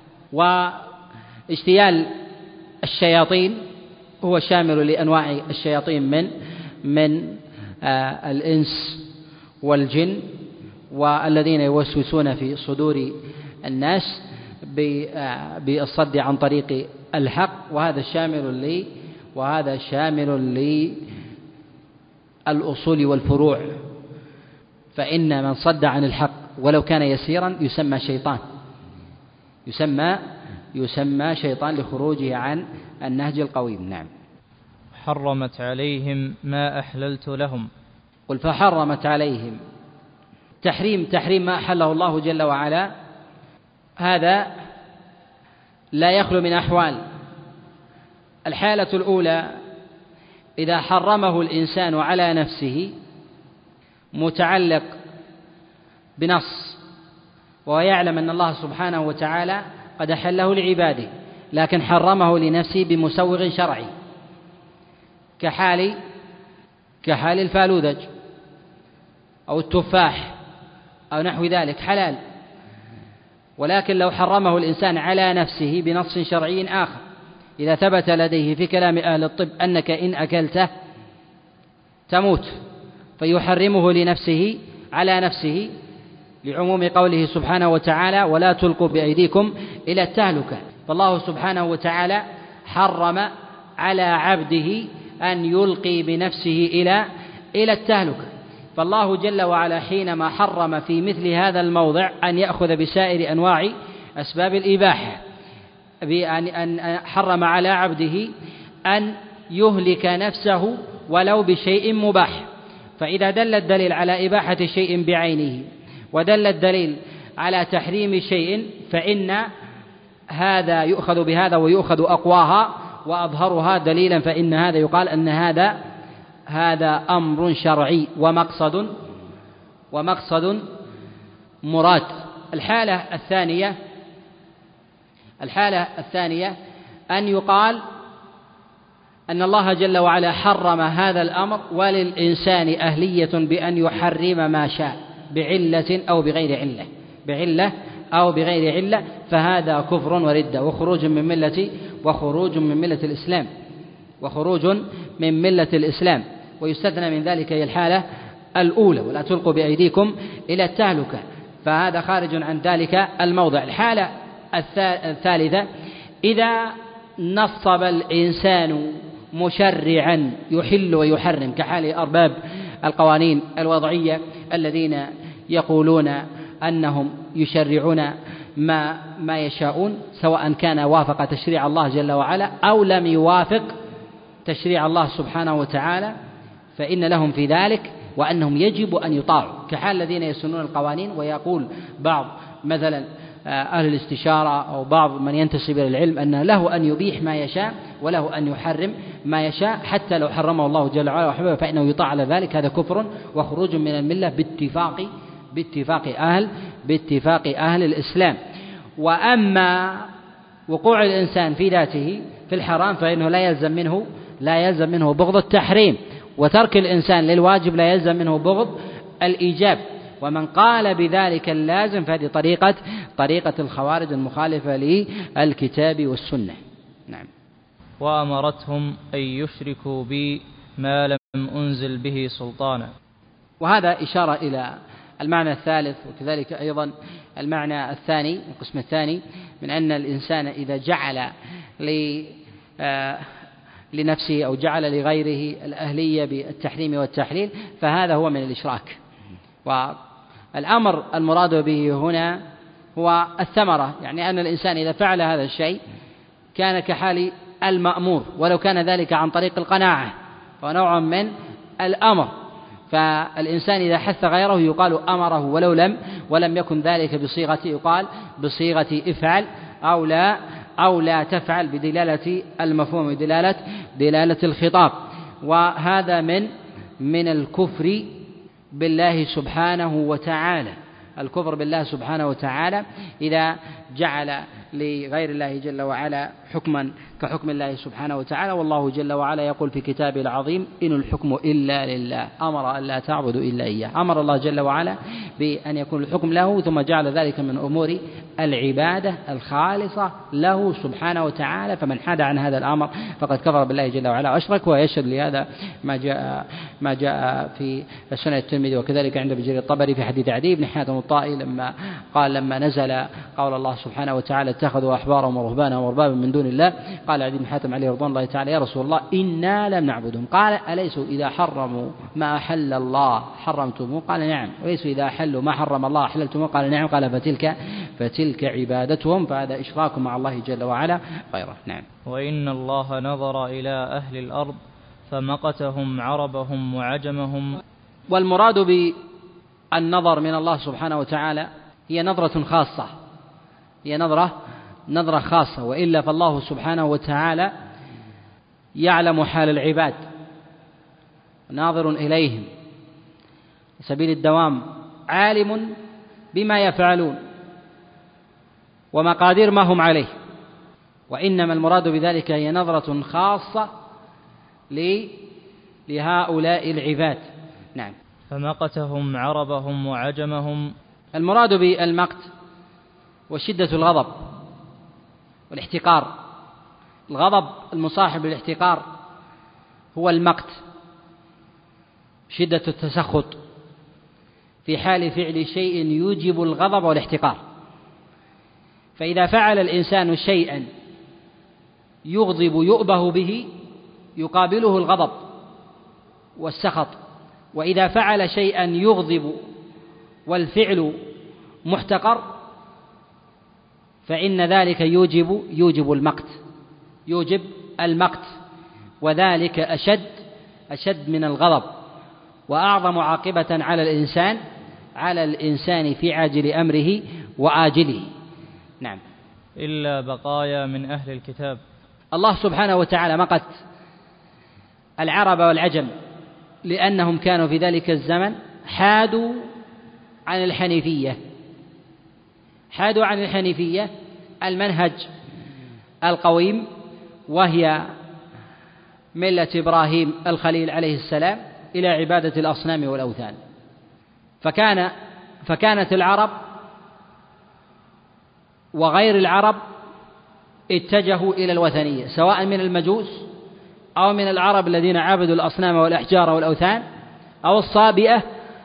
واجتيال الشياطين هو شامل لأنواع الشياطين من من آه الإنس والجن، والذين يوسوسون في صدور الناس بالصد عن طريق الحق، وهذا شامل لي وهذا شامل للأصول والفروع. فإن من صد عن الحق ولو كان يسيرا يسمى شيطان، يسمى يسمى شيطان لخروجه عن النهج القويم. نعم. حرمت عليهم ما أحللت لهم. قل فحرمت عليهم، تحريم تحريم ما أحله الله جل وعلا، هذا لا يخلو من أحوال. الحالة الأولى إذا حرمه الإنسان على نفسه متعلق بنص، ويعلم أن الله سبحانه وتعالى قد أحله لعباده لكن حرمه لنفسه بمسوغ شرعي، كحال كحال الفالوذج أو التفاح أو نحو ذلك حلال، ولكن لو حرمه الإنسان على نفسه بنص شرعي آخر، إذا ثبت لديه في كلام أهل الطب أنك إن أكلته تموت فيحرمه لنفسه على نفسه لعموم قوله سبحانه وتعالى ولا تلقوا بأيديكم إلى التهلكة. فالله سبحانه وتعالى حرم على عبده أن يلقي بنفسه إلى إلى التهلكة. فالله جل وعلا حينما حرم في مثل هذا الموضع أن يأخذ بسائر أنواع أسباب الإباحة، بأن حرم على عبده أن يهلك نفسه ولو بشيء مباح. فإذا دل الدليل على إباحة شيء بعينه ودل الدليل على تحريم شيء فإن هذا يؤخذ بهذا ويؤخذ أقواها وأظهرها دليلا، فإن هذا يقال أن هذا هذا أمر شرعي ومقصد ومقصد مراد. الحالة الثانية الحالة الثانية أن يقال أن الله جل وعلا حرم هذا الأمر وللإنسان أهلية بأن يحرم ما شاء بعلة أو بغير علة بعلة أو بغير علة، فهذا كفر وردة وخروج من ملة وخروج من ملة الإسلام وخروج من ملة الإسلام. ويستثنى من ذلك هي الحالة الأولى ولا تلقوا بأيديكم إلى التهلكة، فهذا خارج عن ذلك الموضع. الحالة الثالثة إذا نصب الإنسان مشرعا يحل ويحرم، كحال أرباب القوانين الوضعية الذين يقولون أنهم يشرعون ما ما يشاءون، سواء كان وافق تشريع الله جل وعلا أو لم يوافق تشريع الله سبحانه وتعالى، فإن لهم في ذلك وأنهم يجب أن يطاعوا، كحال الذين يسنون القوانين ويقول بعض مثلا أهل الاستشارة أو بعض من ينتسب إلى العلم أن له أن يبيح ما يشاء وله أن يحرم ما يشاء، حتى لو حرمه الله جل وعلا وحبه فإنه يطاع على ذلك. هذا كفر وخروج من الملة باتفاق باتفاق أهل باتفاق أهل الإسلام. وأما وقوع الإنسان في ذاته في الحرام فإنه لا يلزم منه لا يلزم منه بغض التحريم، وترك الإنسان للواجب لا يلزم منه بغض الإيجاب. ومن قال بذلك اللازم فهذه طريقة طريقة الخوارج المخالفة للكتاب والسنة. نعم. وأمرتهم أن يشركوا بي ما لم أنزل به سلطانا. وهذا إشارة إلى المعنى الثالث، وكذلك أيضا المعنى الثاني القسم الثاني من أن الإنسان إذا جعل لنفسه أو جعل لغيره الأهلية بالتحريم والتحليل فهذا هو من الإشراك. والأمر المراد به هنا هو الثمرة، يعني أن الإنسان إذا فعل هذا الشيء كان كحال المأمور ولو كان ذلك عن طريق القناعة، فنوع من الأمر. فالإنسان إذا حث غيره يقال أمره ولو لم ولم يكن ذلك بصيغة يقال بصيغة افعل أو لا أو لا تفعل بدلالة المفهوم دلالة دلالة الخطاب. وهذا من من الكفر بالله سبحانه وتعالى، الكفر بالله سبحانه وتعالى إذا جعل لغير الله جل وعلا حكما كحكم الله سبحانه وتعالى. والله جل وعلا يقول في كتابه العظيم إن الحكم إلا لله أمر أن لا تعبدوا إلا إياه. أمر الله جل وعلا بأن يكون الحكم له، ثم جعل ذلك من أمور العبادة الخالصة له سبحانه وتعالى. فمن حاد عن هذا الأمر فقد كفر بالله جل وعلا وأشرك. ويشهد لهذا ما جاء ما جاء في سنن الترمذي وكذلك عند ابن جرير الطبري في حديث عدي بن حاتم الطائي لما قال لما نزل قول الله سبحانه وتعالى اتخذوا أحبارهم ورهبانهم وأربابا من دون الله، قال عدي بن حاتم عليه رضوان الله تعالى يا رسول الله إنا لم نعبدهم. قال أليسوا إذا حرموا ما أحل الله حرمتموه؟ قال نعم. وليسوا إذا أحلوا ما حرم الله أحللتموه؟ قال نعم. قال فتلك فتلك عبادتهم، فهذا إشراك مع الله جل وعلا غيره. نعم. وإن الله نظر إلى أهل الأرض فمقتهم عربهم وعجمهم. والمراد بالنظر من الله سبحانه وتعالى هي نظرة خاصة، هي نظرة نظرة خاصة، وإلا فالله سبحانه وتعالى يعلم حال العباد ناظر إليهم سبيل الدوام، عالم بما يفعلون ومقادير ما هم عليه. وإنما المراد بذلك هي نظرة خاصة لهؤلاء العباد. نعم. فمقتهم عربهم وعجمهم. المراد بالمقت وشدة الغضب والاحتقار. الغضب المصاحب للاحتقار هو المقت، شدة التسخط في حال فعل شيء يوجب الغضب والاحتقار. فإذا فعل الإنسان شيئا يغضب يؤبه به يقابله الغضب والسخط، وإذا فعل شيئا يغضب والفعل محتقر فإن ذلك يوجب يوجب المقت يوجب المقت وذلك أشد أشد من الغضب وأعظم عاقبة على الإنسان على الإنسان في عاجل أمره وآجله. نعم. إلا بقايا من أهل الكتاب. الله سبحانه وتعالى مقت العرب والعجم لأنهم كانوا في ذلك الزمن حادوا عن الحنيفية حادوا عن الحنيفية المنهج القويم، وهي ملة إبراهيم الخليل عليه السلام، إلى عبادة الأصنام والأوثان. فكان فكانت العرب وغير العرب اتجهوا إلى الوثنية، سواء من المجوس أو من العرب الذين عبدوا الأصنام والأحجار والأوثان أو الصابئة،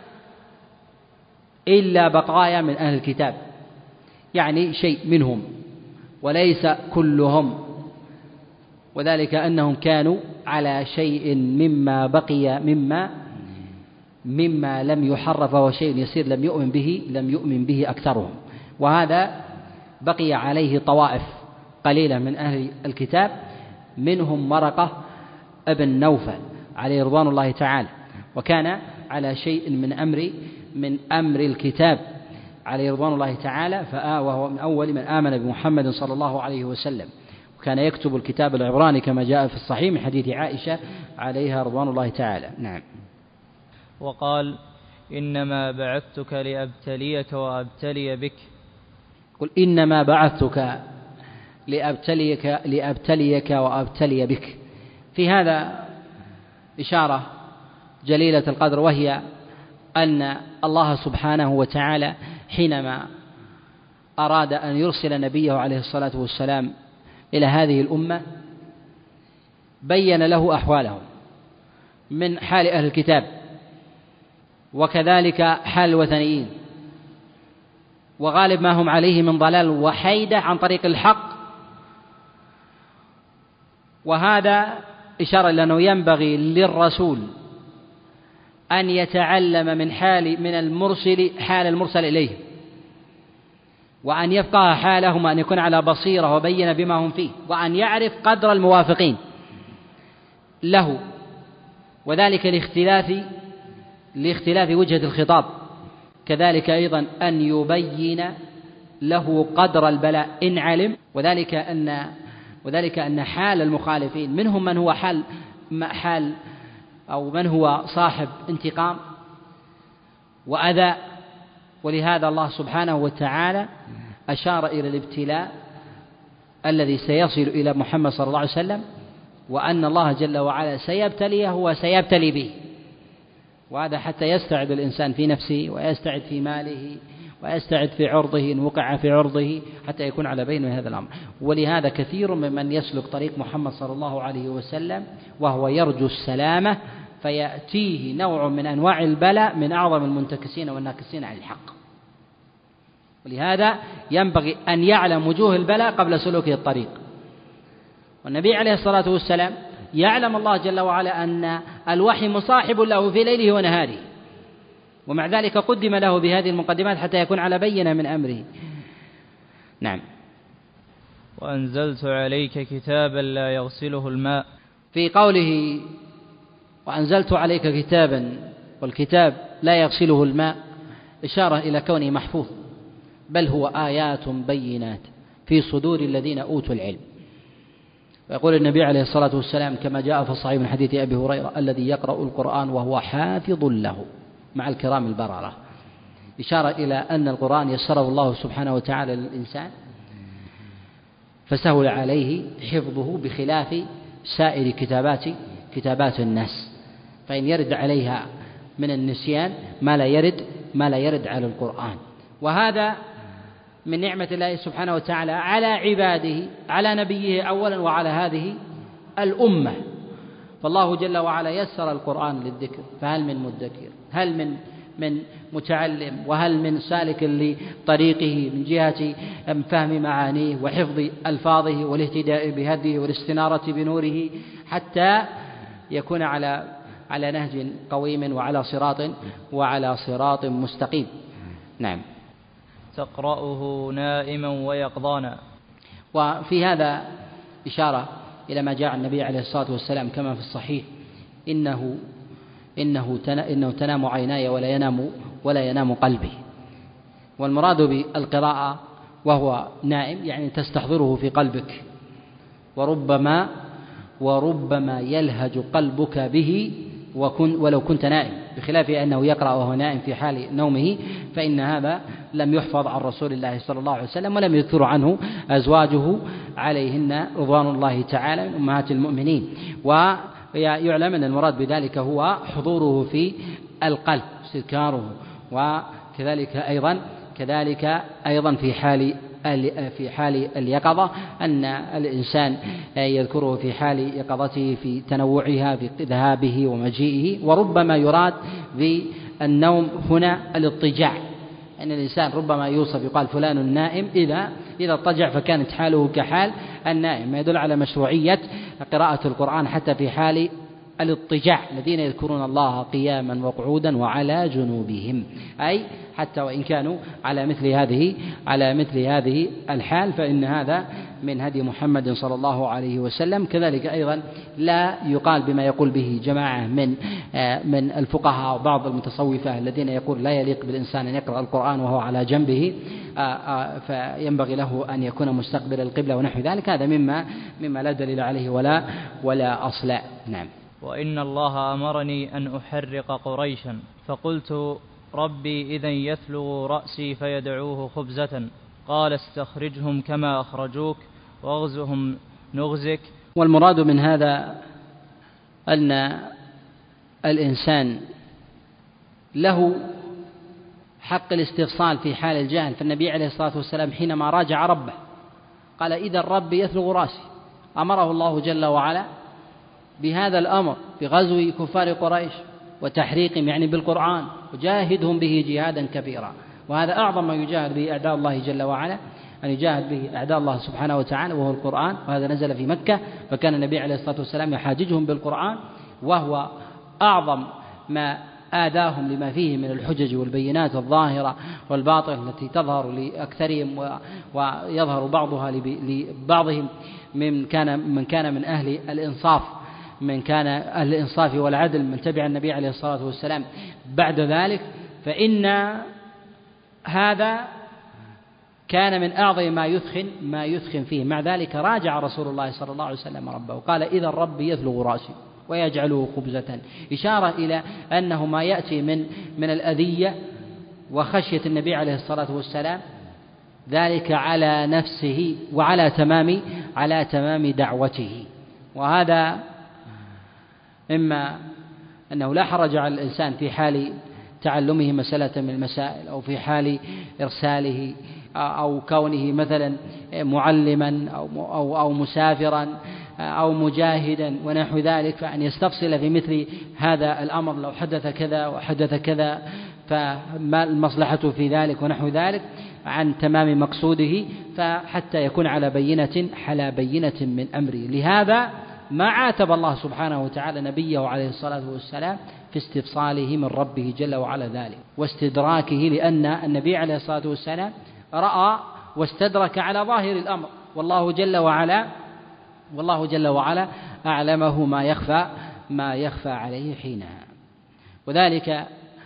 إلا بقايا من أهل الكتاب، يعني شيء منهم وليس كلهم، وذلك أنهم كانوا على شيء مما بقي مما مما لم يحرف، وشيء يسير لم يؤمن به لم يؤمن به أكثرهم. وهذا بقي عليه طوائف قليلة من أهل الكتاب، منهم ورقة ابن نوفل عليه رضوان الله تعالى، وكان على شيء من أمر من أمر الكتاب عليه رضوان الله تعالى، وهو من أول من آمن بمحمد صلى الله عليه وسلم، وكان يكتب الكتاب العبراني كما جاء في الصحيح من حديث عائشة عليها رضوان الله تعالى. نعم. وقال إنما بعثتك لأبتليك وأبتلي بك. قل إنما بعثتك لأبتليك لأبتليك وأبتلي بك. في هذا إشارة جليلة القدر، وهي أن الله سبحانه وتعالى حينما أراد أن يرسل نبيه عليه الصلاة والسلام إلى هذه الأمة بين له أحوالهم من حال أهل الكتاب وكذلك حال الوثنيين وغالب ما هم عليه من ضلال وحيدة عن طريق الحق. وهذا إشارة إلى أنه ينبغي للرسول أن يتعلم من حال من المرسل حال المرسل إليه، وأن يفقه حالهم، وأن يكون على بصيرة وبين بما هم فيه، وأن يعرف قدر الموافقين له، وذلك لاختلاف لاختلاف وجهة الخطاب. كذلك أيضا أن يبين له قدر البلاء إن علم، وذلك أن وذلك أن حال المخالفين منهم من هو حال حال أو من هو صاحب انتقام وأذى، ولهذا الله سبحانه وتعالى أشار إلى الابتلاء الذي سيصل إلى محمد صلى الله عليه وسلم، وأن الله جل وعلا سيبتليه وسيبتلي به، وهذا حتى يستعد الإنسان في نفسه ويستعد في ماله ويستعد في عرضه إن وقع في عرضه حتى يكون على بين هذا الأمر. ولهذا كثير ممن يسلك طريق محمد صلى الله عليه وسلم وهو يرجو السلامة فيأتيه نوع من أنواع البلاء من أعظم المنتكسين والناكسين عن الحق، ولهذا ينبغي أن يعلم وجوه البلاء قبل سلوكه الطريق. والنبي عليه الصلاة والسلام يعلم الله جل وعلا أن الوحي مصاحب له في ليله ونهاره، ومع ذلك قدم له بهذه المقدمات حتى يكون على بينة من أمره. نعم. وأنزلت عليك كتابا لا يغسله الماء، في قوله وأنزلت عليك كتابا والكتاب لا يغسله الماء إشارة إلى كونه محفوظ، بل هو آيات بينات في صدور الذين أوتوا العلم. ويقول النبي عليه الصلاة والسلام كما جاء في الصحيح من حديث أبي هريرة الذي يقرأ القرآن وهو حافظ له مع الكرام البررة، إشارة إلى أن القرآن يسره الله سبحانه وتعالى للإنسان فسهل عليه حفظه بخلاف سائر كتابات كتابات الناس، فإن يرد عليها من النسيان ما لا يرد ما لا يرد على القرآن. وهذا من نعمة الله سبحانه وتعالى على عباده، على نبيه أولا وعلى هذه الأمة. فالله جل وعلا يسر القرآن للذكر، فهل من مدكر، هل من من متعلم، وهل من سالك لطريقه من جهة فهم معانيه وحفظ ألفاظه والاهتداء بهديه والاستنارة بنوره حتى يكون على على نهج قويم وعلى صراط وعلى صراط مستقيم. نعم. تقرأه نائما ويقظانا. وفي هذا إشارة إلى ما جاء النبي عليه الصلاة والسلام كما في الصحيح إنه إنه إنه تنام عيناي ولا ينام ولا ينام قلبي. والمراد بالقراءة وهو نائم يعني تستحضره في قلبك، وربما وربما يلهج قلبك به وكن ولو كنت نائم، بخلاف أنه يقرأ وهو نائم في حال نومه، فإن هذا لم يحفظ عن رسول الله صلى الله عليه وسلم ولم يذكر عنه أزواجه عليهن رضوان الله تعالى من أمهات المؤمنين. ويعلم أن المراد بذلك هو حضوره في القلب استذكاره، وكذلك أيضا كذلك أيضا في حال في حال اليقظة أن الإنسان يذكره في حال يقظته في تنوعها في ذهابه ومجيئه. وربما يراد بالنوم هنا الاضطجاع، أن الإنسان ربما يوصف يقال فلان نائم إذا إذا اضطجع فكانت حاله كحال النائم، ما يدل على مشروعية قراءة القرآن حتى في حال الاضطجاع، الذين يذكرون الله قياما وقعودا وعلى جنوبهم، أي حتى وإن كانوا على مثل هذه على مثل هذه الحال، فإن هذا من هدي محمد صلى الله عليه وسلم. كذلك أيضا لا يقال بما يقول به جماعة من من الفقهاء وبعض المتصوفة الذين يقول لا يليق بالإنسان أن يقرأ القرآن وهو على جنبه، فينبغي له أن يكون مستقبل القبلة ونحو ذلك. هذا مما مما لا دليل عليه ولا ولا أصل. نعم. وإن الله أمرني أن أحرق قريشا فقلت ربي إذن يثلغ رأسي فيدعوه خبزة، قال استخرجهم كما أخرجوك واغزهم نغزك. والمراد من هذا أن الإنسان له حق الاستفصال في حال الجهل، فالنبي عليه الصلاة والسلام حينما راجع ربه قال إذا الرب يثلغ راسي، أمره الله جل وعلا بهذا الأمر بغزو كفار قريش وتحريقهم يعني بالقرآن، وجاهدهم به جهادا كبيرا. وهذا أعظم ما يجاهد به أعداء الله جل وعلا، أن يجاهد به أعداء الله سبحانه وتعالى، وهو القرآن. وهذا نزل في مكة، فكان النبي عليه الصلاة والسلام يحاججهم بالقرآن، وهو أعظم ما آذاهم لما فيه من الحجج والبينات الظاهرة والباطل التي تظهر لأكثرهم ويظهر بعضها لبعضهم من كان من كان من أهل الإنصاف من كان أهل الإنصاف والعدل من تبع النبي عليه الصلاة والسلام بعد ذلك. فإن هذا كان من أعظم ما يثخن ما يثخن فيه. مع ذلك راجع رسول الله صلى الله عليه وسلم ربه وقال إذا الرب يثلغ راسي ويجعله خبزة، إشارة إلى أنه ما يأتي من من الأذية وخشية النبي عليه الصلاة والسلام ذلك على نفسه وعلى تمام على تمام دعوته. وهذا إما أنه لا حرج على الإنسان في حال تعلمه مسألة من المسائل، أو في حال إرساله، أو كونه مثلا معلما أو أو أو مسافرا أو مجاهدا ونحو ذلك، فأن يستفصل في مثل هذا الأمر لو حدث كذا وحدث كذا فما المصلحة في ذلك ونحو ذلك عن تمام مقصوده، فحتى يكون على بينة على بينة من أمره. لهذا ما عاتب الله سبحانه وتعالى نبيه عليه الصلاة والسلام في استفصاله من ربه جل وعلا ذلك واستدراكه، لأن النبي عليه الصلاة والسلام رأى واستدرك على ظاهر الأمر، والله جل وعلا والله جل وعلا أعلمه ما يخفى ما يخفى عليه حينها. وذلك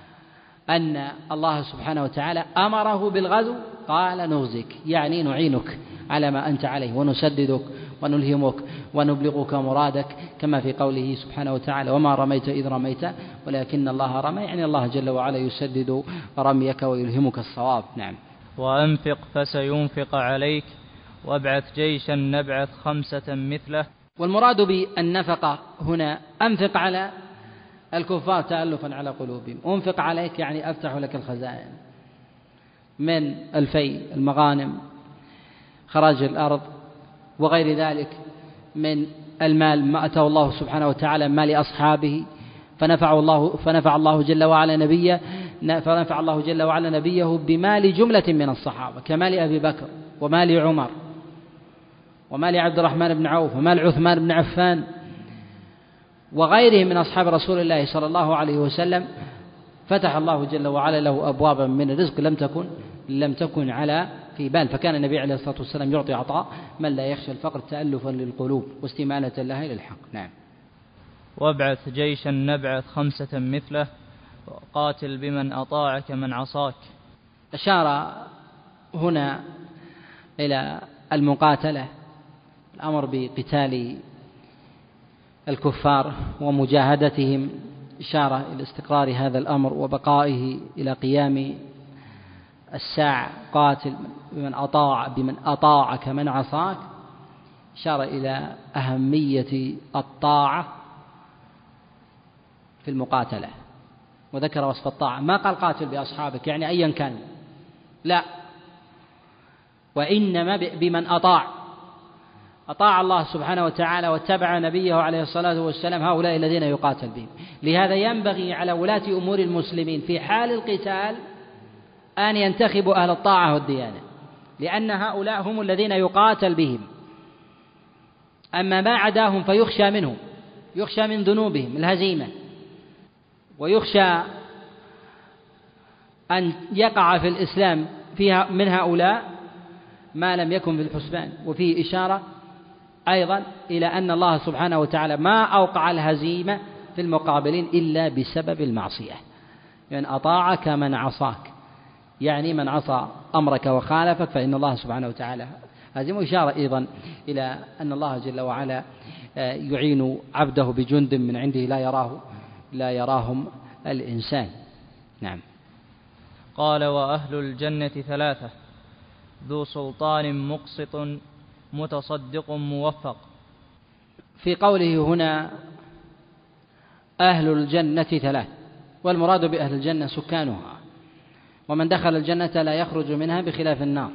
أن الله سبحانه وتعالى أمره بالغزو، قال نغزك يعني نعينك على ما أنت عليه ونسددك ونلهمك ونبلغك مرادك، كما في قوله سبحانه وتعالى وما رميت إذ رميت ولكن الله رمى، يعني الله جل وعلا يسدد رميك ويلهمك الصواب. نعم. وأنفق فسينفق عليك وابعث جيشا نبعث خمسة مثله. والمراد بالنفقة هنا أنفق على الكفار تألفا على قلوبهم، أنفق عليك يعني أفتح لك الخزائن من الفي المغانم خراج الأرض وغير ذلك من المال ما أتاه الله سبحانه وتعالى مال أصحابه، فنفع الله فنفع الله جل وعلا نبيه فنفع الله جل وعلا نبيه بمال جملة من الصحابة كمال أبي بكر ومال عمر ومال عبد الرحمن بن عوف ومال عثمان بن عفان وغيرهم من أصحاب رسول الله صلى الله عليه وسلم. فتح الله جل وعلا له أبوابا من الرزق لم تكن لم تكن على في بال، فكان النبي عليه الصلاة والسلام يعطي عطاء من لا يخشى الفقر تألفا للقلوب واستمالة لها إلى الحق. نعم. وابعث جيشا نبعث خمسة مثله قاتل بمن أطاعك من عصاك. أشار هنا إلى المقاتلة، الأمر بقتال الكفار ومجاهدتهم، إشارة إلى استقرار هذا الأمر وبقائه إلى قيام الساعة. قاتل بمن أطاع بمن أطاعك من عصاك، إشارة إلى أهمية الطاعة في المقاتلة، وذكر وصف الطاعة، ما قال قاتل بأصحابك يعني أيا كان، لا، وإنما بمن أطاع أطاع الله سبحانه وتعالى واتبع نبيه عليه الصلاة والسلام، هؤلاء الذين يقاتل بهم. لهذا ينبغي على ولاة أمور المسلمين في حال القتال أن ينتخبوا أهل الطاعة والديانة، لأن هؤلاء هم الذين يقاتل بهم. أما ما عداهم فيخشى منهم، يخشى من ذنوبهم الهزيمة، ويخشى أن يقع في الإسلام فيها من هؤلاء ما لم يكن في الحسبان. وفيه إشارة أيضا إلى أن الله سبحانه وتعالى ما أوقع الهزيمة في المقابلين إلا بسبب المعصية، يعني أطاعك من عصاك، يعني من عصى أمرك وخالفك فإن الله سبحانه وتعالى هزيمه. إشارة أيضا إلى أن الله جل وعلا يعين عبده بجند من عنده لا يراه لا يراهم الإنسان. نعم. قال وأهل الجنة ثلاثة: ذو سلطان مقسط متصدق موفق. في قوله هنا أهل الجنة ثلاث، والمراد بأهل الجنة سكانها، ومن دخل الجنة لا يخرج منها بخلاف النار.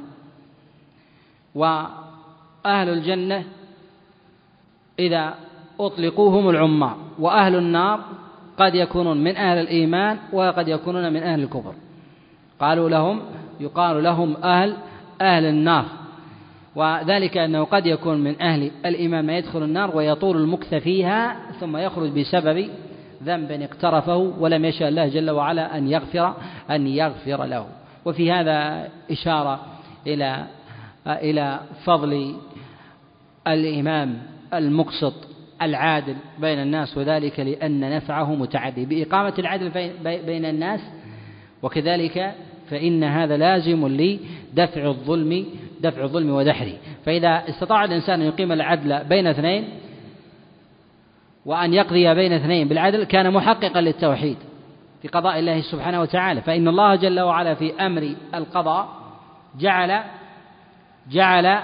وأهل الجنة إذا أطلقوا هم العمار، وأهل النار قد يكونون من أهل الإيمان وقد يكونون من أهل الكفر. قالوا لهم يقال لهم أهل أهل النار، وذلك أنه قد يكون من أهل الإيمان ما يدخل النار ويطول المكث فيها ثم يخرج بسبب ذنب اقترفه ولم يشاء الله جل وعلا أن يغفر أن يغفر له. وفي هذا إشارة إلى إلى فضل الإمام المقسط العادل بين الناس، وذلك لأن نفعه متعدي بإقامة العدل بين الناس، وكذلك فإن هذا لازم لدفع الظلم دفع الظلم ودحره. فإذا استطاع الإنسان أن يقيم العدل بين اثنين وأن يقضي بين اثنين بالعدل كان محققا للتوحيد في قضاء الله سبحانه وتعالى. فإن الله جل وعلا في أمر القضاء جعل جعل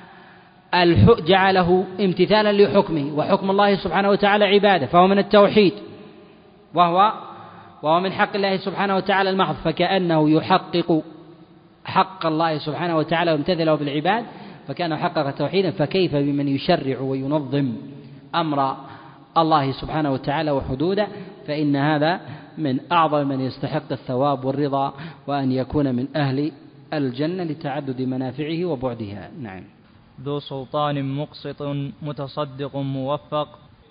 جعله امتثالا لحكمه، وحكم الله سبحانه وتعالى عباده، فهو من التوحيد وهو وهو من حق الله سبحانه وتعالى المحض، فكأنه يحقق حق الله سبحانه وتعالى وامتثله بالعباد، فكان حقق توحيدا. فكيف بمن يشرع وينظم أمر الله سبحانه وتعالى وحدوده؟ فإن هذا من أعظم من يستحق الثواب والرضا وأن يكون من أهل الجنة لتعدد منافعه وبعدها. نعم. ذو سلطان مقسط متصدق موفق.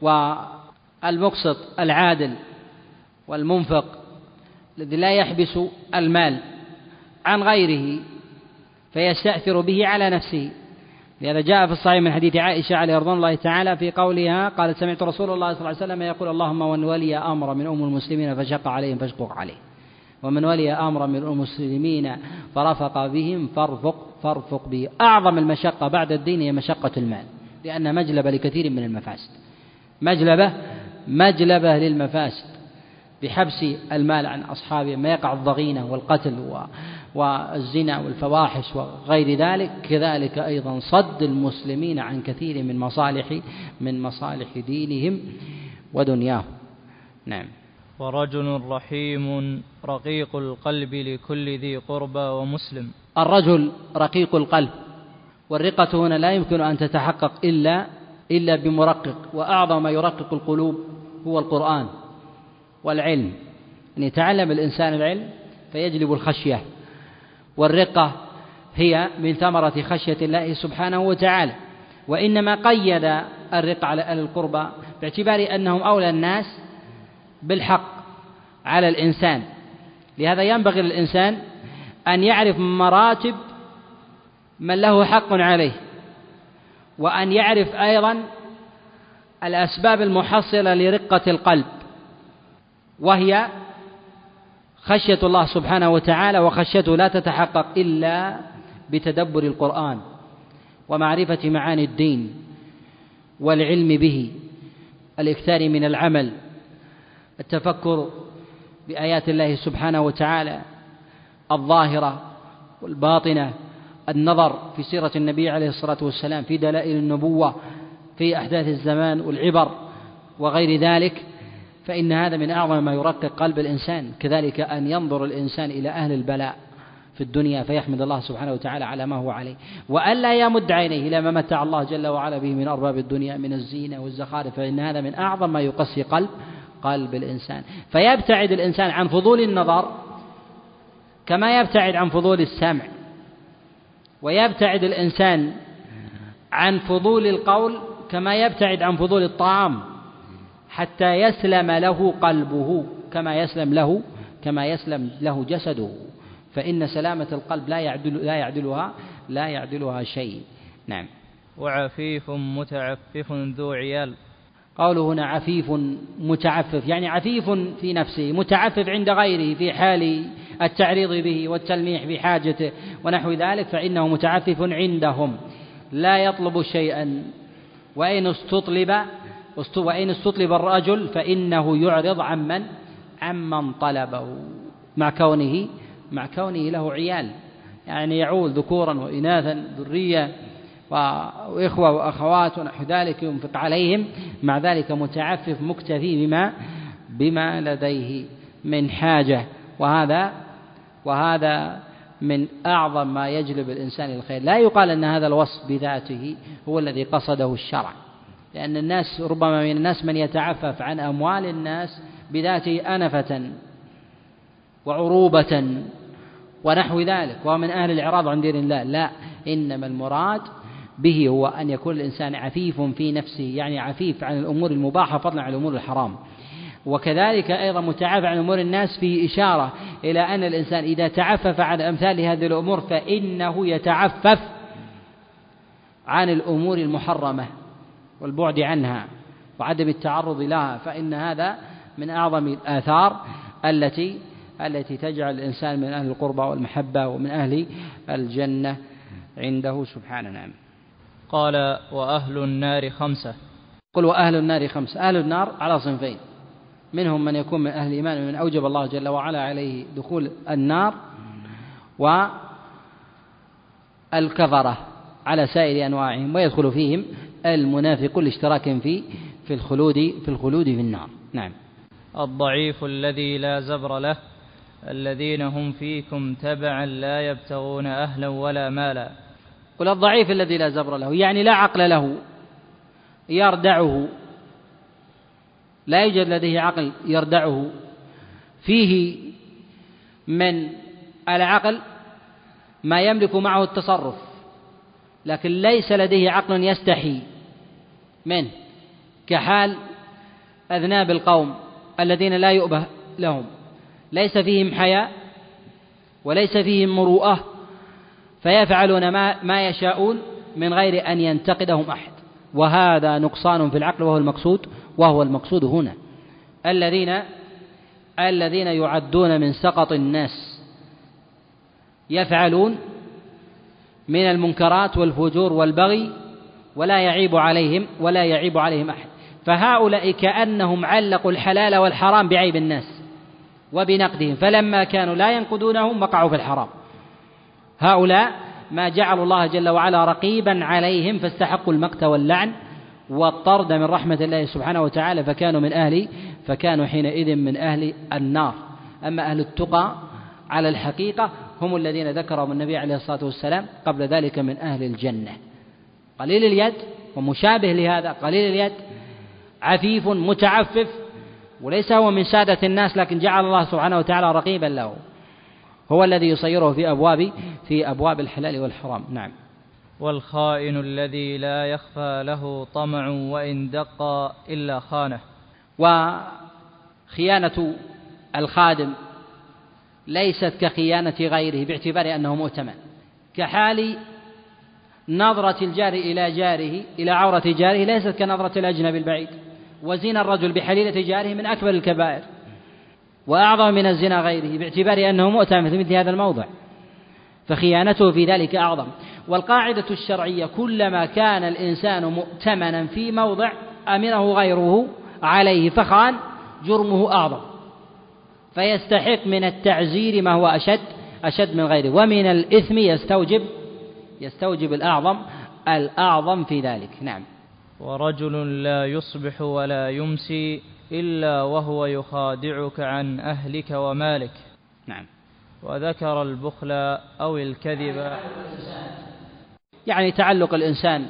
والمقسط العادل والمنفق الذي لا يحبس المال عن غيره فيستأثر به على نفسه، لهذا جاء في الصحيح من حديث عائشة عليه رضوان الله تعالى في قولها قالت: سمعت رسول الله صلى الله عليه وسلم يقول: اللهم من ولي أمر من أم المسلمين فشق عليهم فاشقق عليه، ومن ولي أمر من المسلمين فرفق بهم فارفق فارفق به. أعظم المشقة بعد الدين هي مشقة المال، لأن مجلبة لكثير من المفاسد، مجلبة مجلبة للمفاسد بحبس المال عن أصحابه، ما يقع الضغينة والقتل والزنا والفواحش وغير ذلك. كذلك أيضا صد المسلمين عن كثير من مصالح من مصالح دينهم ودنياهم. نعم. ورجل رحيم رقيق القلب لكل ذي قربى ومسلم. الرجل رقيق القلب، والرقة هنا لا يمكن أن تتحقق إلا إلا بمرقق، وأعظم ما يرقق القلوب هو القرآن والعلم، أن يتعلم الإنسان العلم فيجلب الخشية، والرقة هي من ثمرة خشية الله سبحانه وتعالى. وإنما قيد الرقة على أهل القربى باعتبار أنهم أولى الناس بالحق على الإنسان، لهذا ينبغي للإنسان أن يعرف مراتب من له حق عليه، وأن يعرف أيضا الأسباب المحصلة لرقة القلب، وهي خشية الله سبحانه وتعالى، وخشيته لا تتحقق إلا بتدبر القرآن ومعرفة معاني الدين والعلم به، الإكثار من العمل، التفكر بآيات الله سبحانه وتعالى الظاهرة والباطنة، النظر في سيرة النبي عليه الصلاة والسلام، في دلائل النبوة، في أحداث الزمان والعبر وغير ذلك. فإن هذا من أعظم ما يرقق قلب الإنسان. كذلك أن ينظر الإنسان إلى أهل البلاء في الدنيا فيحمد الله سبحانه وتعالى على ما هو عليه، وأن لا يمد عينيه إلى ما متع الله جل وعلا به من أرباب الدنيا من الزينة والزخارف، فإن هذا من أعظم ما يقسي قلب قلب الإنسان. فيبتعد الإنسان عن فضول النظر كما يبتعد عن فضول السمع، ويبتعد الإنسان عن فضول القول كما يبتعد عن فضول الطعام، حتى يسلم له قلبه كما يسلم له كما يسلم له جسده. فإن سلامة القلب لا يعدل لا يعدلها لا يعدلها شيء. نعم. وعفيف متعفف ذو عيال. قوله هنا عفيف متعفف، يعني عفيف في نفسه، متعفف عند غيره في حال التعريض به والتلميح بحاجته ونحو ذلك، فإنه متعفف عندهم لا يطلب شيئا، وإن استطلب وإن استطلب الرجل فإنه يعرض عمن عمن طلبه، مع كونه مع كونه له عيال، يعني يعول ذكورا وإناثا ذرية وإخوة وأخوات ونحو ذلك ينفق عليهم، مع ذلك متعفف مكتفي بما بما لديه. من حاجة، وهذا وهذا من أعظم ما يجلب الإنسان إلى الخير. لا يقال أن هذا الوصف بذاته هو الذي قصده الشرع، لأن الناس ربما من الناس من يتعفف عن أموال الناس بذاته أنفة وعروبة ونحو ذلك، ومن أهل الإعراض عن دين الله. لا، إنما المراد به هو أن يكون الإنسان عفيف في نفسه، يعني عفيف عن الأمور المباحة فضلا عن الأمور الحرام. وكذلك أيضا متعافى عن أمور الناس في إشارة إلى أن الإنسان إذا تعفف عن أمثال هذه الأمور فإنه يتعفف عن الأمور المحرمة والبعد عنها وعدم التعرض لها، فإن هذا من أعظم الآثار التي التي تجعل الإنسان من أهل القربى والمحبة ومن أهل الجنة عنده سبحانه. نعم. قال: وأهل النار خمسة. قل: وأهل النار خمسة. أهل النار على صنفين، منهم من يكون من أهل الإيمان ومن أوجب الله جل وعلا عليه دخول النار، والكفرة على سائر أنواعهم، ويدخل فيهم المنافق الاشتراك في في الخلود في الخلود في النار. نعم. الضعيف الذي لا زبر له، الذين هم فيكم تبعا لا يبتغون أهلا ولا مالا. قل: الضعيف الذي لا زبر له، يعني لا عقل له يردعه، لا يوجد لديه عقل يردعه، فيه من العقل ما يملك معه التصرف، لكن ليس لديه عقل يستحي منه، كحال أذناب القوم الذين لا يؤبه لهم، ليس فيهم حياء وليس فيهم مروءة، فيفعلون ما, ما يشاءون من غير أن ينتقدهم أحد، وهذا نقصان في العقل، وهو المقصود وهو المقصود هنا. الذين الذين يعدون من سقط الناس، يفعلون من المنكرات والفجور والبغي ولا يعيب عليهم ولا يعيب عليهم أحد، فهؤلاء كأنهم علقوا الحلال والحرام بعيب الناس وبنقدهم، فلما كانوا لا ينقدونهم وقعوا في الحرام. هؤلاء ما جعلوا الله جل وعلا رقيبا عليهم، فاستحقوا المقت واللعن والطرد من رحمة الله سبحانه وتعالى، فكانوا من أهل فكانوا حينئذ من أهل النار. أما أهل التقى على الحقيقة هم الذين ذكرهم النبي عليه الصلاة والسلام قبل ذلك من أهل الجنة. قليل اليد ومشابه لهذا، قليل اليد عفيف متعفف، وليس هو من سادة الناس، لكن جعل الله سبحانه وتعالى رقيبا له، هو الذي يصيره في أبواب في أبواب الحلال والحرام. نعم. والخائن الذي لا يخفى له طمع وإن دق إلا خانه. وخيانة الخادم ليست كخيانة غيره باعتبار أنه مؤتمن، كحال نظرة الجار إلى جاره إلى عورة جاره ليست كنظرة الأجنبي البعيد، وزنا الرجل بحليلة جاره من أكبر الكبائر وأعظم من الزنا غيره باعتبار أنه مؤتمن في مثل هذا الموضع، فخيانته في ذلك أعظم. والقاعدة الشرعية كلما كان الإنسان مؤتمنا في موضع أمنه غيره عليه فخان جرمه أعظم، فيستحق من التعزير ما هو أشد أشد من غيره، ومن الإثم يستوجب يستوجب الأعظم الأعظم في ذلك. نعم. ورجل لا يصبح ولا يمسي إلا وهو يخادعك عن أهلك ومالك. نعم. وذكر البخل أو الكذب، يعني تعلق الإنسان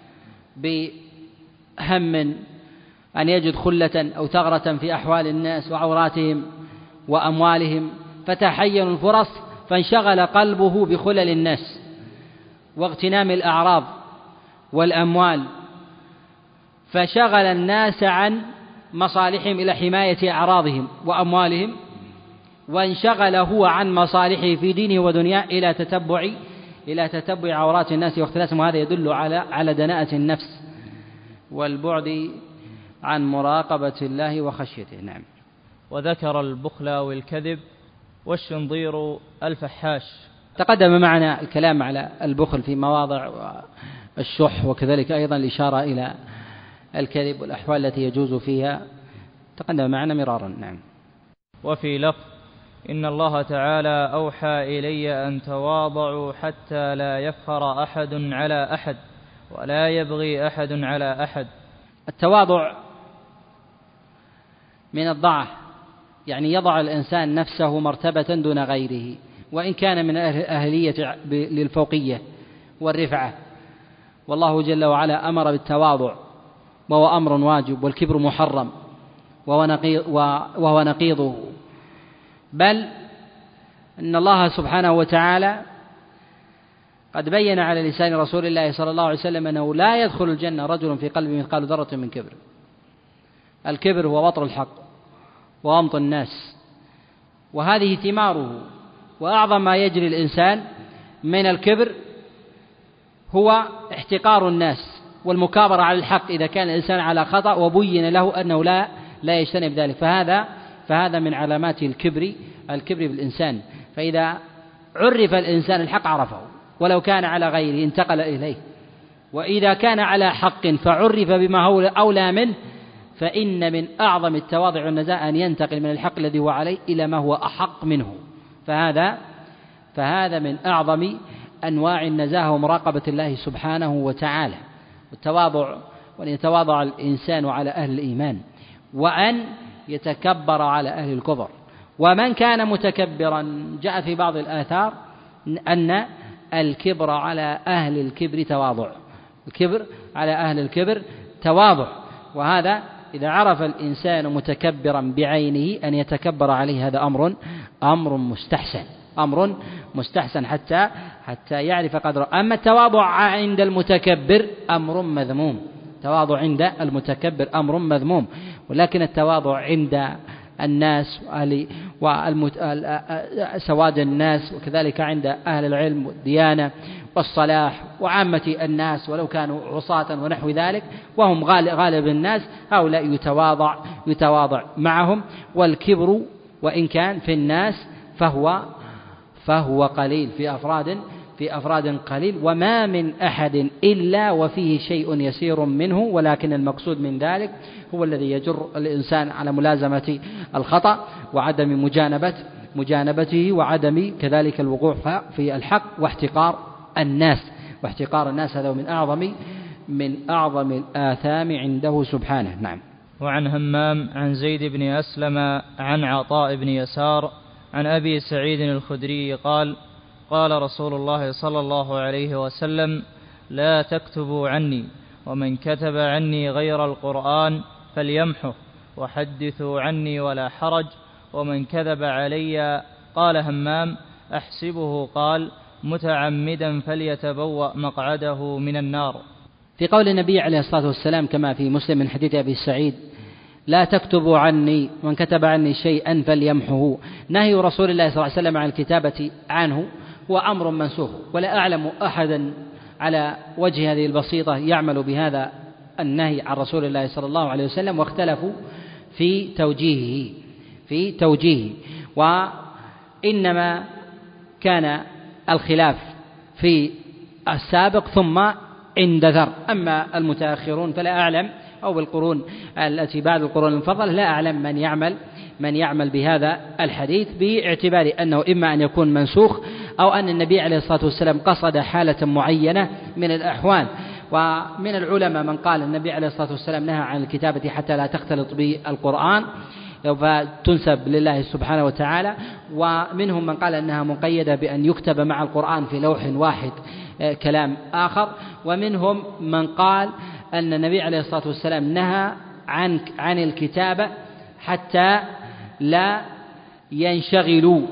بهم أن يجد خلة أو ثغرة في أحوال الناس وعوراتهم وأموالهم، فتحين الفرص فانشغل قلبه بخلل الناس واغتنام الأعراض والأموال، فشغل الناس عن مصالحهم إلى حماية أعراضهم وأموالهم، وانشغل هو عن مصالحه في دينه ودنياه إلى تتبع إلى تتبع عورات الناس واختلاسهم، وهذا يدل على على دناءة النفس والبعد عن مراقبة الله وخشيته. نعم. وذكر البخل والكذب والشنظير الفحاش. تقدم معنا الكلام على البخل في مواضع الشح، وكذلك أيضا الإشارة إلى الكذب والأحوال التي يجوز فيها، تقدم معنا مرارا. نعم. وفي لفظ: إن الله تعالى أوحى إلي أن تواضعوا حتى لا يفخر أحد على أحد ولا يبغي أحد على أحد. التواضع من الضعف يعني يضع الإنسان نفسه مرتبة دون غيره، وإن كان من أهلية للفوقية والرفعة. والله جل وعلا أمر بالتواضع وهو أمر واجب، والكبر محرم وهو نقيضه. بل إن الله سبحانه وتعالى قد بين على لسان رسول الله صلى الله عليه وسلم أنه لا يدخل الجنة رجل في قلبه مثقال ذرة من كبر. الكبر هو بطر الحق وغمط الناس، وهذه ثماره. وأعظم ما يجري الإنسان من الكبر هو احتقار الناس والمكابرة على الحق إذا كان الإنسان على خطأ وبين له أنه لا لا يجتنب ذلك، فهذا فهذا من علامات الكبر الكبر بالإنسان. فإذا عرف الإنسان الحق عرفه، ولو كان على غيره انتقل إليه، وإذا كان على حق فعرف بما هو أولى منه، فإن من أعظم التواضع والنزاهة أن ينتقل من الحق الذي هو عليه إلى ما هو أحق منه. فهذا فهذا من أعظم أنواع النزاهة ومراقبة الله سبحانه وتعالى، والتواضع، وأن يتواضع الإنسان على أهل الإيمان، وأن يتكبر على أهل الكفر. ومن كان متكبرا جاء في بعض الآثار أن الكبر على أهل الكبر تواضع، الكبر على أهل الكبر تواضع. وهذا إذا عرف الإنسان متكبرا بعينه أن يتكبر عليه، هذا أمر أمر مستحسن أمر مستحسن حتى حتى يعرف قدره. أما التواضع عند المتكبر أمر مذموم، التواضع عند المتكبر أمر مذموم، ولكن التواضع عند الناس وسواد الناس، وكذلك عند أهل العلم والديانة والصلاح وعامة الناس ولو كانوا عصاة ونحو ذلك، وهم غالب الناس، هؤلاء يتواضع يتواضع معهم. والكبر وإن كان في الناس فهو فهو قليل في أفراد في أفراد قليل، وما من أحد إلا وفيه شيء يسير منه، ولكن المقصود من ذلك هو الذي يجر الإنسان على ملازمة الخطأ وعدم مجانبة مجانبته وعدم كذلك الوقوع في الحق واحتقار الناس واحتقار الناس هذا من أعظم من أعظم الآثام عنده سبحانه. نعم. وعن همام عن زيد بن أسلم عن عطاء بن يسار عن أبي سعيد الخدري قال: قال رسول الله صلى الله عليه وسلم: لا تكتبوا عني، ومن كتب عني غير القرآن فليمحه، وحدثوا عني ولا حرج، ومن كذب علي. قال همام: أحسبه قال متعمدا فليتبوأ مقعده من النار. في قول النبي عليه الصلاة والسلام كما في مسلم من حديث أبي سعيد: لا تكتبوا عني، من كتب عني شيئا فليمحه. نهي رسول الله صلى الله عليه وسلم عن الكتابة عنه هو أمر منسوخ، ولا أعلم أحدا على وجه هذه البسيطة يعمل بهذا النهي عن رسول الله صلى الله عليه وسلم، واختلفوا في توجيهه في توجيهه وإنما كان الخلاف في السابق ثم اندثر. أما المتأخرون فلا أعلم، أو بالقرون التي بعد القرون المفضلة لا أعلم من يعمل من يعمل بهذا الحديث، باعتبار أنه إما أن يكون منسوخ أو أن النبي عليه الصلاة والسلام قصد حالة معينة من الأحوال. ومن العلماء من قال النبي عليه الصلاة والسلام نهى عن الكتابة حتى لا تختلط بالقرآن فتنسب لله سبحانه وتعالى، ومنهم من قال أنها مقيدة بأن يكتب مع القرآن في لوح واحد كلام آخر، ومنهم من قال أن النبي عليه الصلاة والسلام نهى عن عن الكتابة حتى لا ينشغلوا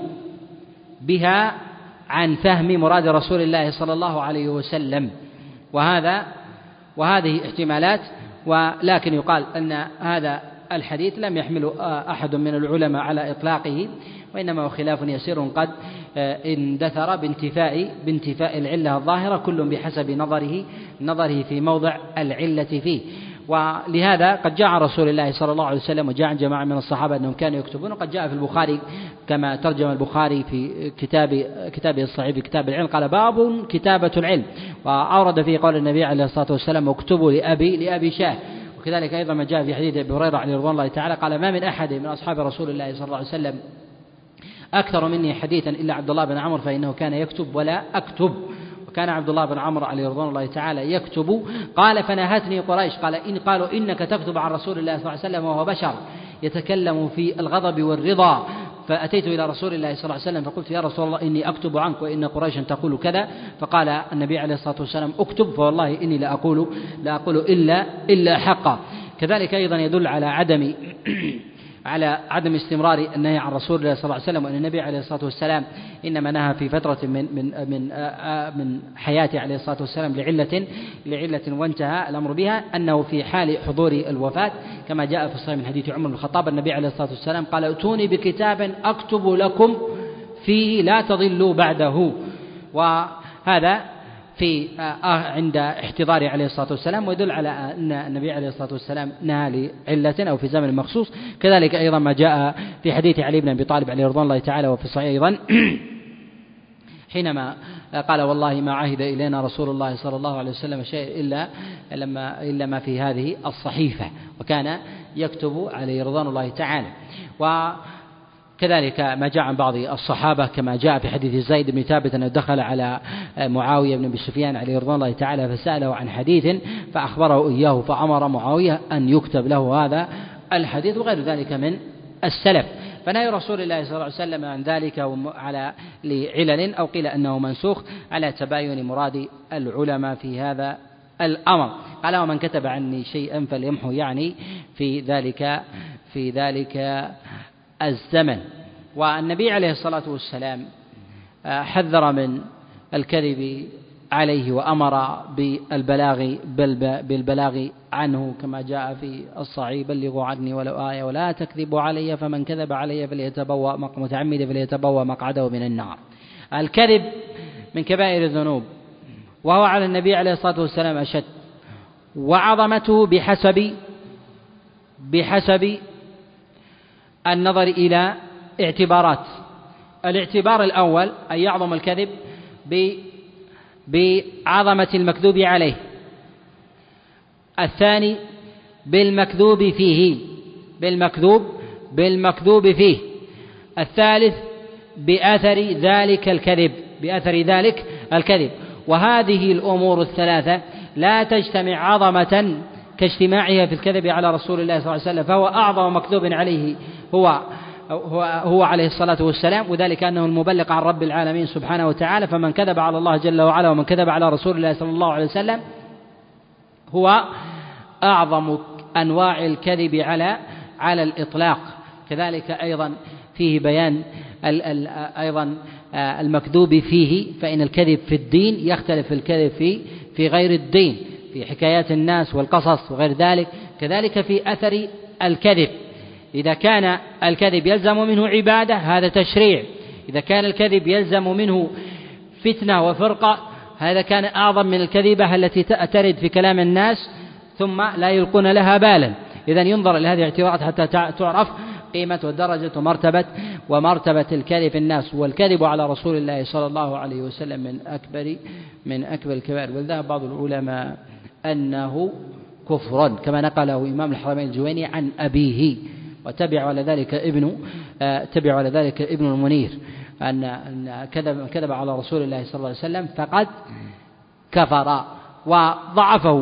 بها عن فهم مراد رسول الله صلى الله عليه وسلم. وهذا وهذه احتمالات، ولكن يقال أن هذا الحديث لم يحمل أحد من العلماء على إطلاقه، وإنما هو خلاف يسير قد اندثر بانتفاء بانتفاء العلة الظاهرة، كل بحسب نظره نظره في موضع العلة فيه. ولهذا قد جاء عن رسول الله صلى الله عليه وسلم وجاء عن جماعة من الصحابة أنهم كانوا يكتبون، وقد جاء في البخاري كما ترجم البخاري في كتاب كتابه الصحيح في كتاب العلم قال: باب كتابة العلم، وأورد فيه قول النبي عليه الصلاة والسلام: اكتبوا لأبي لأبي شاه. وكذلك أيضا ما جاء في حديث أبي هريرة عليه رضوان الله تعالى قال: ما من أحد من أصحاب رسول الله صلى الله عليه وسلم أكثر مني حديثا إلا عبد الله بن عمرو فإنه كان يكتب ولا أكتب. وكان عبد الله بن عمرو عليه رضوان الله تعالى يكتب. قال: فنهتني قريش، قال إن قالوا إنك تكتب عن رسول الله صلى الله عليه وسلم وهو بشر، يتكلم في الغضب والرضا. فأتيت إلى رسول الله صلى الله عليه وسلم فقلت يا رسول الله إني أكتب عنك وإن قريشا تقول كذا، فقال النبي عليه الصلاة والسلام اكتب فوالله إني لا أقول لا أقول إلا إلا حقا. كذلك أيضا يدل على عدم على عدم استمرار النهي عن رسول الله صلى الله عليه وسلم، وأن النبي عليه الصلاة والسلام إنما نهى في فترة من من من من حياته عليه الصلاة والسلام لعلة لعلة وانتهى الأمر بها، أنه في حال حضور الوفاة كما جاء في الصحيح من حديث عمر بن الخطاب النبي عليه الصلاة والسلام قال ائتوني بكتاب أكتب لكم فيه لا تضلوا بعده. وهذا في عند احتضاره عليه الصلاة والسلام، ويدل على أن النبي عليه الصلاة والسلام نهى لعلة أو في زمن مخصوص. كذلك أيضا ما جاء في حديث علي بن أبي طالب عليه رضوان الله تعالى وفي الصحيح أيضا حينما قال والله ما عهد إلينا رسول الله صلى الله عليه وسلم شيء إلا لما إلا ما في هذه الصحيفة، وكان يكتب عليه رضوان الله تعالى. و كذلك ما جاء عن بعض الصحابة كما جاء في حديث زيد بن ثابت أنه دخل على معاوية بن أبي سفيان عليه رضوان الله تعالى فسأله عن حديث فأخبره إياه فأمر معاوية أن يكتب له هذا الحديث، وغير ذلك من السلف. فنهي رسول الله صلى الله عليه وسلم عن ذلك على لعلل أو قيل أنه منسوخ على تباين مراد العلماء في هذا الأمر. قال ومن كتب عني شيئا فليمحو، يعني في ذلك في ذلك الزمن. والنبي عليه الصلاة والسلام حذر من الكذب عليه وأمر بالبلاغ بالبلاغ عنه كما جاء في الصحيح بلغوا عني ولو آية ولا تكذبوا علي فمن كذب علي فليتبوأ متعمد فليتبوأ مقعده من النار. الكذب من كبائر الذنوب، وهو على النبي عليه الصلاة والسلام أشد، وعظمته بحسب بحسب النظر إلى اعتبارات. الاعتبار الأول أن يعظم الكذب بعظمة المكذوب عليه، الثاني بالمكذوب فيه بالمكذوب بالمكذوب فيه الثالث بأثر ذلك الكذب بأثر ذلك الكذب. وهذه الأمور الثلاثة لا تجتمع عظمة كاجتماعها في الكذب على رسول الله صلى الله عليه وسلم، فهو أعظم مكذوب عليه هو هو, هو عليه الصلاة والسلام، وذلك أنه المبلغ عن رب العالمين سبحانه وتعالى. فمن كذب على الله جل وعلا ومن كذب على رسول الله صلى الله عليه وسلم هو أعظم أنواع الكذب على على الإطلاق. كذلك أيضا فيه بيان أيضا المكذوب فيه، فإن الكذب في الدين يختلف الكذب في في غير الدين، في حكايات الناس والقصص وغير ذلك. كذلك في أثر الكذب، إذا كان الكذب يلزم منه عبادة هذا تشريع، إذا كان الكذب يلزم منه فتنة وفرقة هذا كان أعظم من الكذبة التي ترد في كلام الناس ثم لا يلقون لها بالا. إذن ينظر إلى هذه الاعتبارات حتى تعرف قيمة ودرجة ومرتبة ومرتبة الكذب في الناس. والكذب على رسول الله صلى الله عليه وسلم من أكبر من أكبر الكبائر، وذهب بعض العلماء أنه كفرا كما نقله إمام الحرمين الجويني عن أبيه، وتبع على ذلك ابن تبع على ذلك ابن المنير أن أن كذب كذب على رسول الله صلى الله عليه وسلم فقد كفر. وضعفه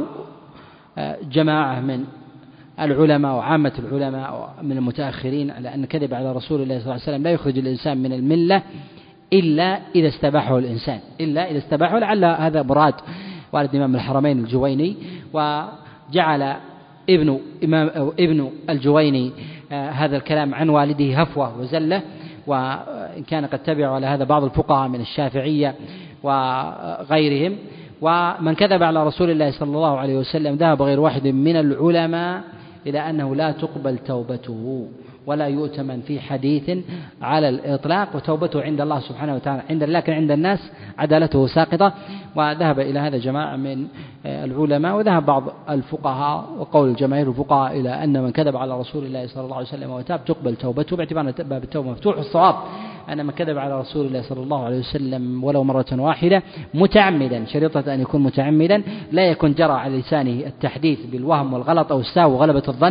جماعة من العلماء وعامة العلماء من المتأخرين على أن كذب على رسول الله صلى الله عليه وسلم لا يخرج الإنسان من الملة إلا إذا استباحه الإنسان إلا إذا استباحه لعل هذا مراد والد إمام الحرمين الجويني. وجعل ابن إمام أو ابن الجويني هذا الكلام عن والده هفوة وزلة، وإن كان قد تبع على هذا بعض الفقهاء من الشافعية وغيرهم. ومن كذب على رسول الله صلى الله عليه وسلم ذهب غير واحد من العلماء إلى أنه لا تقبل توبته ولا يؤتمن في حديث على الإطلاق، وتوبته عند الله سبحانه وتعالى عند لكن عند الناس عدالته ساقطة. وذهب إلى هذا جماعة من العلماء، وذهب بعض الفقهاء وقول الجماهير الفقهاء إلى أن من كذب على رسول الله صلى الله عليه وسلم وتاب تقبل توبته باعتبار أن باب التوبة مفتوح. الصواب أن من كذب على رسول الله صلى الله عليه وسلم ولو مرة واحدة متعمدا، شريطة أن يكون متعمدا، لا يكون جرى على لسانه التحديث بالوهم والغلط أو السهو وغلبة الظن،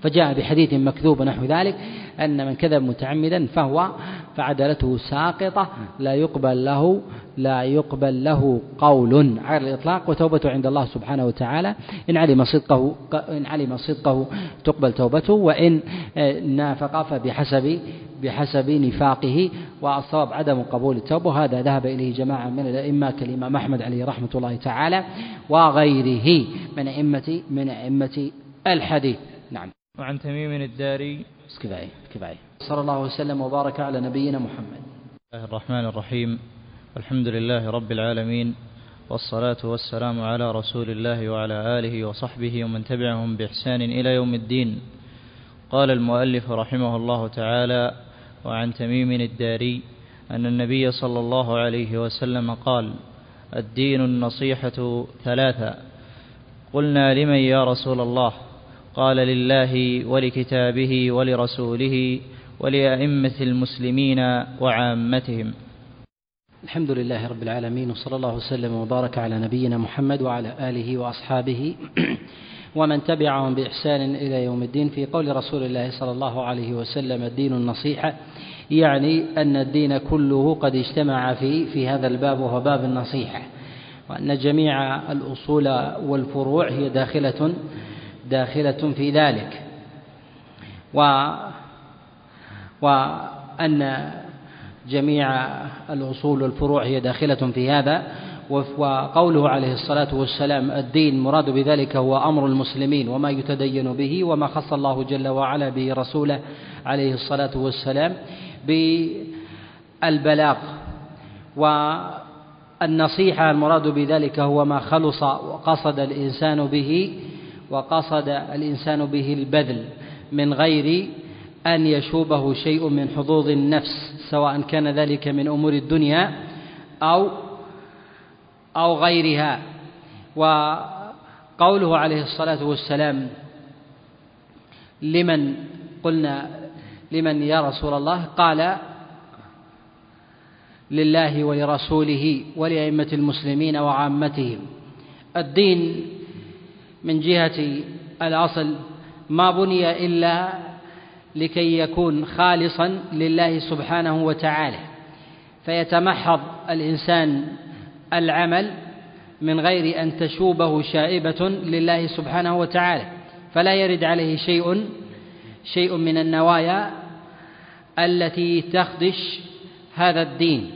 فجاء بحديث مكذوب نحو ذلك أن من كذب متعمدا فهو فعدلته ساقطة لا يقبل له لا يقبل له قول على الإطلاق، وتوبته عند الله سبحانه وتعالى إن علم صدقه إن علم صدقه تقبل توبته، وإن نافق فبحسب بحسب نفاقه، والصواب عدم قبول التوبة. هذا ذهب إليه جماعة من الأئمة كالإمام أحمد عليه رحمة الله تعالى وغيره من أئمة من أئمة الحديث. نعم. وعن تميم الداري كفاية كفاية صلى الله وسلم وبارك على نبينا محمد. بسم الله الرحمن الرحيم، الحمد لله رب العالمين، والصلاة والسلام على رسول الله وعلى آله وصحبه ومن تبعهم بإحسان إلى يوم الدين. قال المؤلف رحمه الله تعالى: وعن تميم الداري أن النبي صلى الله عليه وسلم قال: الدين النصيحة ثلاثة. قلنا: لمن يا رسول الله؟ قال: لله ولكتابه ولرسوله ولأئمة المسلمين وعامتهم. الحمد لله رب العالمين، وصلى الله وسلم وبارك على نبينا محمد وعلى آله وأصحابه ومن تبعهم بإحسان إلى يوم الدين. في قول رسول الله صلى الله عليه وسلم: الدين النصيحة، يعني أن الدين كله قد اجتمع في في هذا الباب وهو باب النصيحة، وأن جميع الأصول والفروع هي داخلة داخلة في ذلك، و وأن جميع الأصول والفروع هي داخلة في هذا. وقوله عليه الصلاة والسلام الدين مراد بذلك هو أمر المسلمين وما يتدين به، وما خص الله جل وعلا به رسوله عليه الصلاة والسلام بالبلاغ. والنصيحة المراد بذلك هو ما خلص وقصد الإنسان به وقصد الإنسان به البذل من غير أن يشوبه شيء من حظوظ النفس، سواء كان ذلك من أمور الدنيا أو أو غيرها. وقوله عليه الصلاة والسلام: لمن قلنا لمن يا رسول الله؟ قال: لله ولرسوله ولأئمة المسلمين وعامتهم. الدين من جهة الأصل ما بني إلا لكي يكون خالصا لله سبحانه وتعالى، فيتمحض الإنسان العمل من غير أن تشوبه شائبة لله سبحانه وتعالى، فلا يرد عليه شيء شيء من النوايا التي تخدش هذا الدين.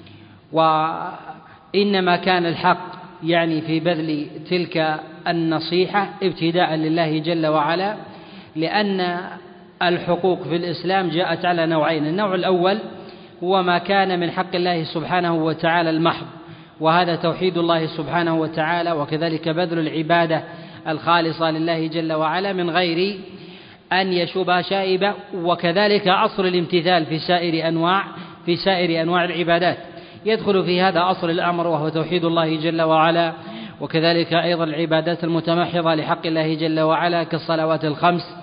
وإنما كان الحق يعني في بذل تلك النصيحة ابتداء لله جل وعلا، لأن الحقوق في الإسلام جاءت على نوعين: النوع الأول هو ما كان من حق الله سبحانه وتعالى المحض، وهذا توحيد الله سبحانه وتعالى، وكذلك بذل العبادة الخالصة لله جل وعلا من غير أن يشوبها شائبة، وكذلك أصل الامتثال في سائر أنواع في سائر أنواع العبادات. يدخل في هذا أصل الأمر وهو توحيد الله جل وعلا، وكذلك أيضا العبادات المتمحضة لحق الله جل وعلا كالصلوات الخمس،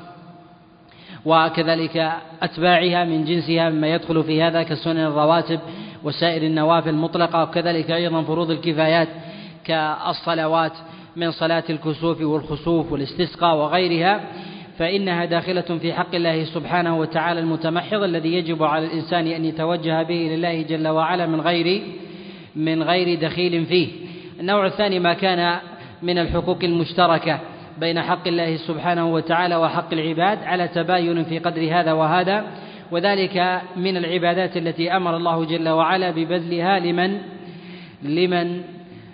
وكذلك أتباعها من جنسها مما يدخل في هذا كالسنن الرواتب وسائر النوافل المطلقة، وكذلك أيضا فروض الكفايات كالصلوات من صلاة الكسوف والخسوف والاستسقاء وغيرها، فإنها داخلة في حق الله سبحانه وتعالى المتمحض الذي يجب على الإنسان أن يتوجه به لله جل وعلا من غير من غير دخيل فيه. النوع الثاني ما كان من الحقوق المشتركة بين حق الله سبحانه وتعالى وحق العباد على تباين في قدر هذا وهذا، وذلك من العبادات التي أمر الله جل وعلا ببذلها لمن لمن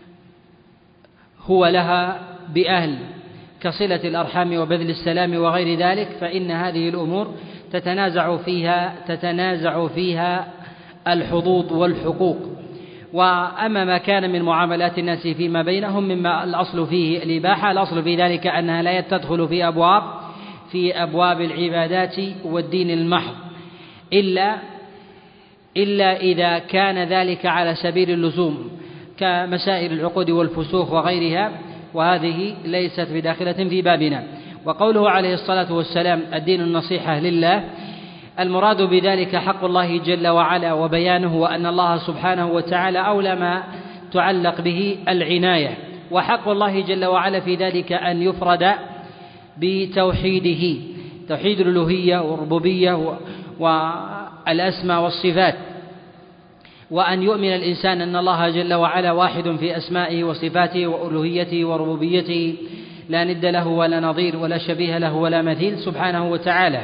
هو لها بأهل كصلة الأرحام وبذل السلام وغير ذلك، فإن هذه الأمور تتنازع فيها تتنازع فيها الحظوظ والحقوق. وأما ما كان من معاملات الناس فيما بينهم مما الأصل فيه الإباحة، الأصل في ذلك أنها لا تدخل في أبواب في أبواب العبادات والدين المحض إلا إلا إذا كان ذلك على سبيل اللزوم كمسائل العقود والفسوق وغيرها، وهذه ليست بداخلة في بابنا. وقوله عليه الصلاة والسلام الدين النصيحة لله، المراد بذلك حق الله جل وعلا وبيانه، وأن الله سبحانه وتعالى أولى ما تعلق به العناية، وحق الله جل وعلا في ذلك أن يفرد بتوحيده توحيد الألوهية والربوبية والأسماء والصفات، وأن يؤمن الإنسان أن الله جل وعلا واحد في أسمائه وصفاته وألوهيته وربوبيته، لا ند له ولا نظير ولا شبيه له ولا مثيل سبحانه وتعالى،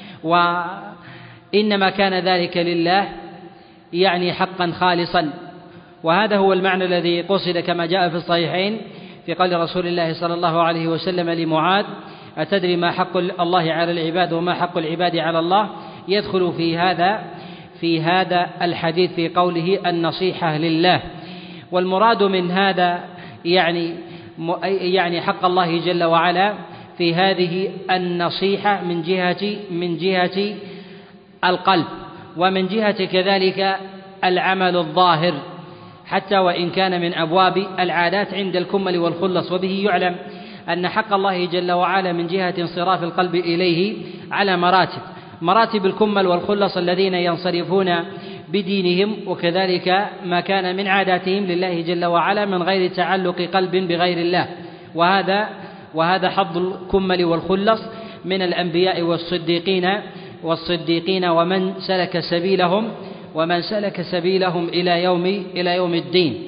وإنما كان ذلك لله يعني حقا خالصا. وهذا هو المعنى الذي قصد كما جاء في الصحيحين في قول رسول الله صلى الله عليه وسلم لمعاذ: أتدري ما حق الله على العباد وما حق العباد على الله؟ يدخل في هذا في هذا الحديث في قوله النصيحة لله. والمراد من هذا يعني يعني حق الله جل وعلا في هذه النصيحة من جهة من جهة القلب، ومن جهة كذلك العمل الظاهر، حتى وإن كان من أبواب العادات عند الكمل والخلص. وبه يعلم أن حق الله جل وعلا من جهة انصراف القلب إليه على مراتب مراتب الكمل والخلص الذين ينصرفون بدينهم، وكذلك ما كان من عاداتهم لله جل وعلا من غير تعلق قلب بغير الله. وهذا وهذا حظ الكمل والخلص من الأنبياء والصديقين والصديقين ومن سلك سبيلهم ومن سلك سبيلهم إلى يوم إلى يوم الدين.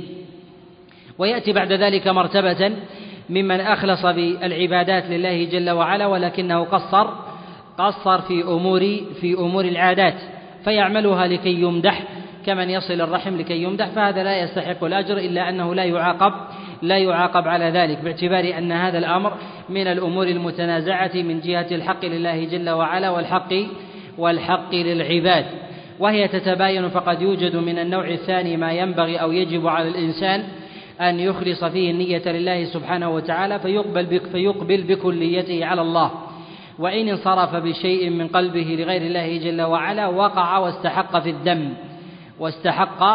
ويأتي بعد ذلك مرتبة ممن أخلص بالعبادات لله جل وعلا، ولكنه قصر قصر في أمور في أمور العادات فيعملها لكي يمدح، كمن يصل الرحم لكي يمدح، فهذا لا يستحق الأجر، إلا أنه لا يعاقب لا يعاقب على ذلك، باعتبار أن هذا الأمر من الأمور المتنازعة من جهة الحق لله جل وعلا والحق والحق للعباد. وهي تتباين، فقد يوجد من النوع الثاني ما ينبغي أو يجب على الإنسان أن يخلص فيه النية لله سبحانه وتعالى فيقبل بك فيقبل بكليته على الله، وإن انصرف بشيء من قلبه لغير الله جل وعلا وقع واستحق في الذم واستحق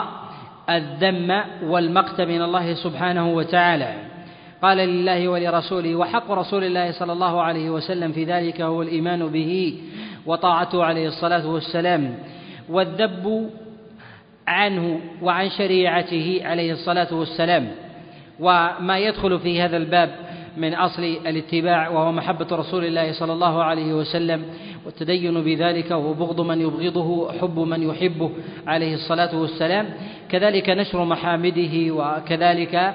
الذم والمقت من الله سبحانه وتعالى. قال لله ولرسوله: وحق رسول الله صلى الله عليه وسلم في ذلك هو الإيمان به وطاعته عليه الصلاة والسلام، والذب عنه وعن شريعته عليه الصلاة والسلام. وما يدخل في هذا الباب من أصل الاتباع وهو محبة رسول الله صلى الله عليه وسلم والتدين بذلك، وبغض من يبغضه وحب من يحبه عليه الصلاة والسلام، كذلك نشر محامده، وكذلك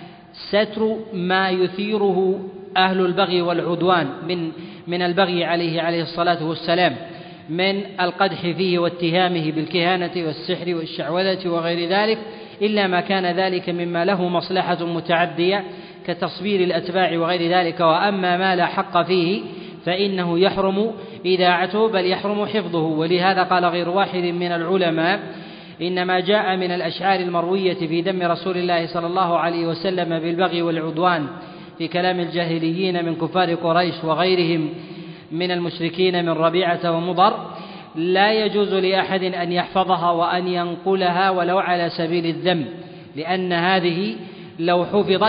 ستر ما يثيره أهل البغي والعدوان من من البغي عليه عليه الصلاة والسلام، من القدح فيه واتهامه بالكهانة والسحر والشعوذة وغير ذلك، إلا ما كان ذلك مما له مصلحة متعدية كتصبير الأتباع وغير ذلك. وأما ما لا حق فيه فإنه يحرم إذاعته بل يحرم حفظه. ولهذا قال غير واحد من العلماء: إنما جاء من الأشعار المروية في ذم رسول الله صلى الله عليه وسلم بالبغي والعدوان في كلام الجاهليين من كفار قريش وغيرهم من المشركين من ربيعة ومضر، لا يجوز لأحد أن يحفظها وأن ينقلها ولو على سبيل الذم، لأن هذه لو حفظت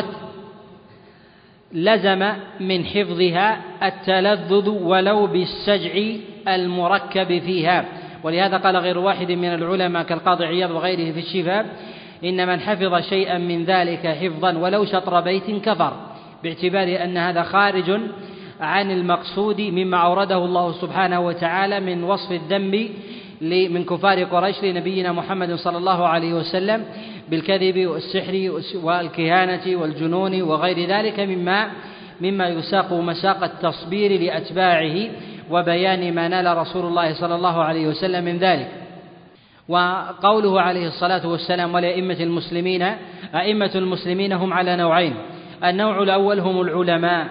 لزم من حفظها التلذذ ولو بالسجع المركب فيها. ولهذا قال غير واحد من العلماء كالقاضي عياض وغيره في الشفاء: إن من حفظ شيئا من ذلك حفظا ولو شطر بيت كفر، باعتبار أن هذا خارج عن المقصود مما أورده الله سبحانه وتعالى من وصف الذم من كفار قريش لنبينا محمد صلى الله عليه وسلم بالكذب والسحر والكهانة والجنون وغير ذلك مما مما يساق مساق التصبير لأتباعه وبيان ما نال رسول الله صلى الله عليه وسلم من ذلك. وقوله عليه الصلاة والسلام: ولأئمة المسلمين، أئمة المسلمين هم على نوعين: النوع الأول هم العلماء.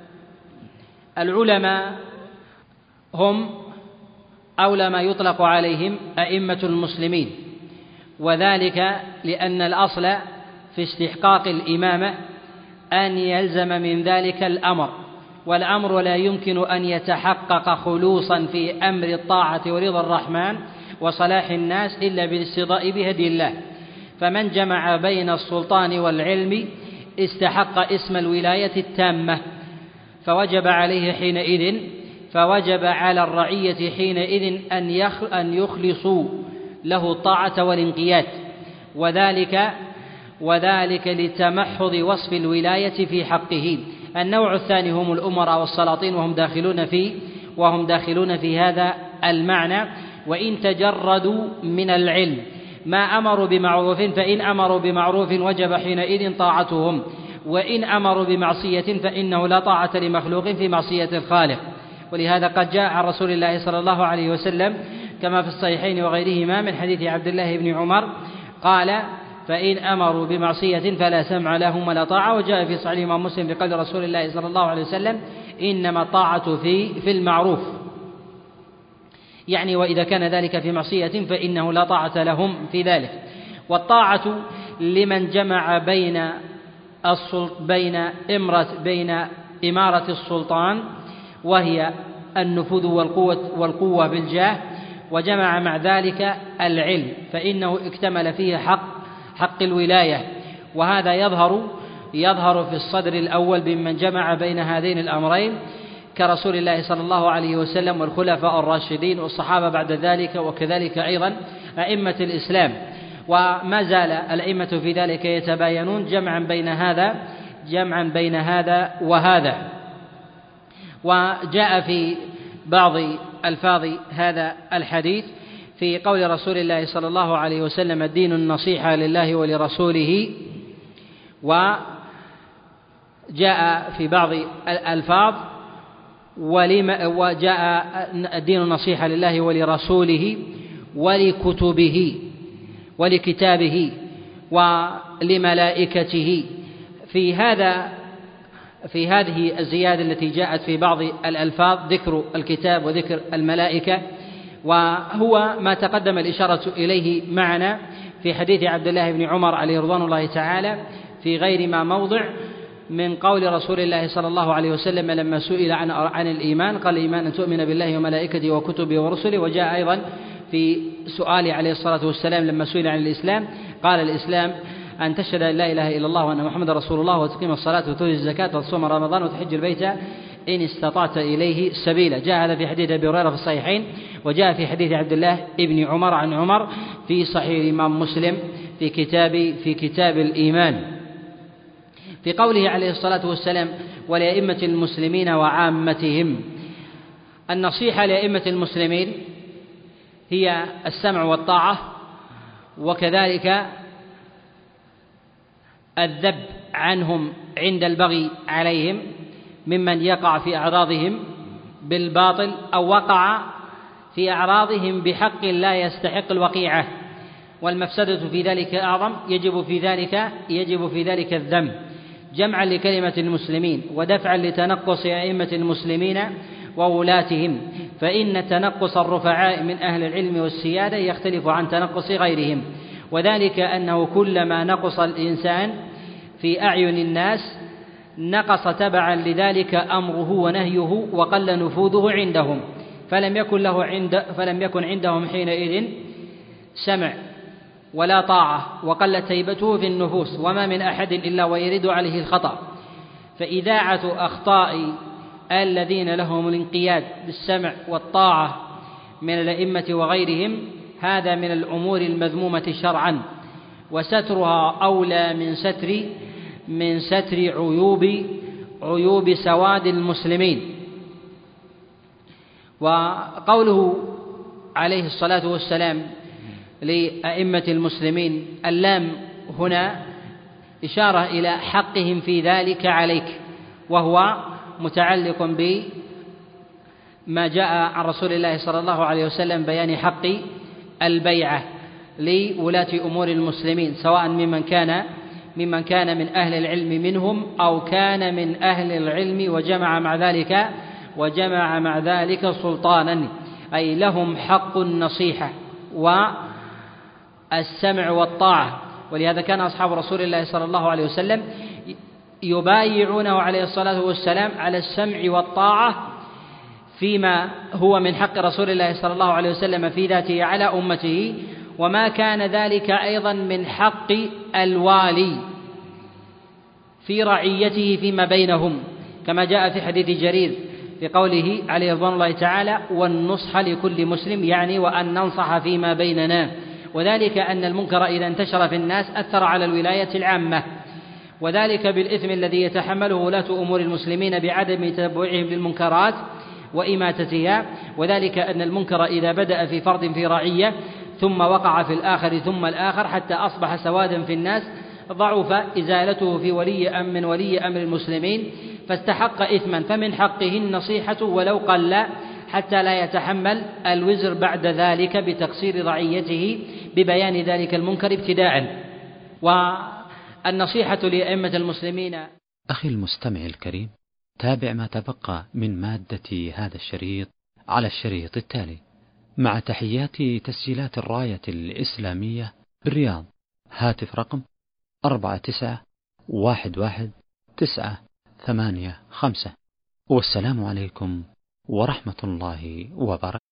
العلماء هم أولى ما يطلق عليهم أئمة المسلمين، وذلك لأن الأصل في استحقاق الإمامة أن يلزم من ذلك الأمر، والأمر لا يمكن أن يتحقق خلوصا في أمر الطاعة ورضا الرحمن وصلاح الناس إلا بالاستضاء بهدي الله. فمن جمع بين السلطان والعلم استحق اسم الولاية التامة، فوجب عليه حينئذ فوجب على الرعية حينئذ أن يخلصوا له الطاعة والانقياد، وذلك وذلك لتمحض وصف الولاية في حقه. النوع الثاني هم الأمراء والسلاطين، وهم داخلون فيه وهم داخلون في هذا المعنى، وإن تجردوا من العلم ما أمروا بمعروف فإن أمروا بمعروف وجب حينئذ طاعتهم، وإن أمروا بمعصية فإنه لا طاعة لمخلوق في معصية الخالق. ولهذا قد جاء عن رسول الله صلى الله عليه وسلم كما في الصحيحين وغيرهما من حديث عبد الله بن عمر قال: فإن أمروا بمعصية فلا سمع لهم ولا طاعة. وجاء في صحيح الإمام مسلم بقول رسول الله صلى الله عليه وسلم: إنما الطاعة في في المعروف، يعني وإذا كان ذلك في معصية فإنه لا طاعة لهم في ذلك. والطاعة لمن جمع بين بين إمرة بين إمارة السلطان وهي النفوذ والقوة والقوة بالجاه، وجمع مع ذلك العلم، فإنه اكتمل فيه حق حق الولاية. وهذا يظهر يظهر في الصدر الأول بمن جمع بين هذين الأمرين كرسول الله صلى الله عليه وسلم والخلفاء الراشدين والصحابة بعد ذلك، وكذلك أيضا أئمة الإسلام. وما زال الأئمة في ذلك يتباينون جمعا بين هذا جمعا بين هذا وهذا. وجاء في بعض ألفاظ هذا الحديث في قول رسول الله صلى الله عليه وسلم: الدين النصيحة لله ولرسوله. وجاء في بعض الألفاظ وجاء الدين النصيحة لله ولرسوله ولكتبه ولكتابه ولملائكته. في هذا في هذه الزيادة التي جاءت في بعض الألفاظ ذكر الكتاب وذكر الملائكة، وهو ما تقدم الإشارة إليه معنا في حديث عبد الله بن عمر عليه رضوان الله تعالى في غير ما موضع من قول رسول الله صلى الله عليه وسلم لما سئل عن عن الإيمان قال: الإيمان أن تؤمن بالله وملائكته وكتبه ورسله. وجاء أيضا في سؤال عليه الصلاة والسلام لما سئل عن الإسلام قال: الإسلام أن تشهد أن لا إله إلا الله وأن محمد رسول الله وتقيم الصلاة وتؤتي الزكاة وتصوم رمضان وتحج البيت إن استطعت إليه سبيلا. جاء هذا في حديث أبي هريرة في الصحيحين، وجاء في حديث عبد الله بن عمر عن عمر في صحيح الإمام مسلم في كتاب في كتاب الإيمان في قوله عليه الصلاة والسلام: ولأئمة المسلمين وعامتهم. النصيحة لأئمة المسلمين هي السمع والطاعة، وكذلك الذب عنهم عند البغي عليهم ممن يقع في أعراضهم بالباطل أو وقع في أعراضهم بحق لا يستحق الوقيعة، والمفسدة في ذلك أعظم، يجب في ذلك يجب في ذلك الذم جمعا لكلمة المسلمين ودفعا لتنقص أئمة المسلمين وولاتهم، فإن تنقص الرفعاء من أهل العلم والسيادة يختلف عن تنقص غيرهم، وذلك أنه كلما نقص الإنسان في أعين الناس نقص تبعا لذلك أمره ونهيه وقل نفوذه عندهم، فلم يكن له عند فلم يكن عندهم حينئذ سمع ولا طاعة، وقلت هيبته في النفوس، وما من أحد إلا ويرد عليه الخطأ. فإذاعة أخطاء الذين لهم الانقياد بالسمع والطاعة من الأئمة وغيرهم هذا من الأمور المذمومة شرعا، وسترها أولى من ستر من ستر عيوب عيوب سواد المسلمين. وقوله عليه الصلاة والسلام لأئمة المسلمين اللام هنا إشارة إلى حقهم في ذلك عليك، وهو متعلق بما جاء عن رسول الله صلى الله عليه وسلم بيان حق البيعة لولاة أمور المسلمين، سواء ممن كان ممن كان من أهل العلم منهم أو كان من أهل العلم وجمع مع ذلك وجمع مع ذلك سلطانا، أي لهم حق النصيحة والسمع والطاعة. ولهذا كان أصحاب رسول الله صلى الله عليه وسلم يبايعونه عليه الصلاة والسلام على السمع والطاعة فيما هو من حق رسول الله صلى الله عليه وسلم في ذاته على أمته، وما كان ذلك أيضا من حق الوالي في رعيته فيما بينهم، كما جاء في حديث جرير في قوله عليه رضوان الله تعالى: والنصح لكل مسلم، يعني وأن ننصح فيما بيننا، وذلك أن المنكر إذا انتشر في الناس أثر على الولاية العامة، وذلك بالإثم الذي يتحمله ولاة أمور المسلمين بعدم تتبعهم للمنكرات وإماتتها، وذلك أن المنكر إذا بدأ في فرد في رعية ثم وقع في الآخر ثم الآخر حتى أصبح سوادا في الناس ضعف إزالته في ولي أمر من ولي أمر المسلمين فاستحق إثما، فمن حقه النصيحة ولو قل حتى لا يتحمل الوزر بعد ذلك بتقصير رعيته ببيان ذلك المنكر ابتداءً. والنصيحة لأئمة المسلمين. أخي المستمع الكريم، تابع ما تبقى من مادة هذا الشريط على الشريط التالي، مع تحيات تسجيلات الراية الإسلامية بالرياض. هاتف رقم أربعة تسعة واحد واحد تسعة ثمانية خمسة. والسلام عليكم ورحمة الله وبركاته.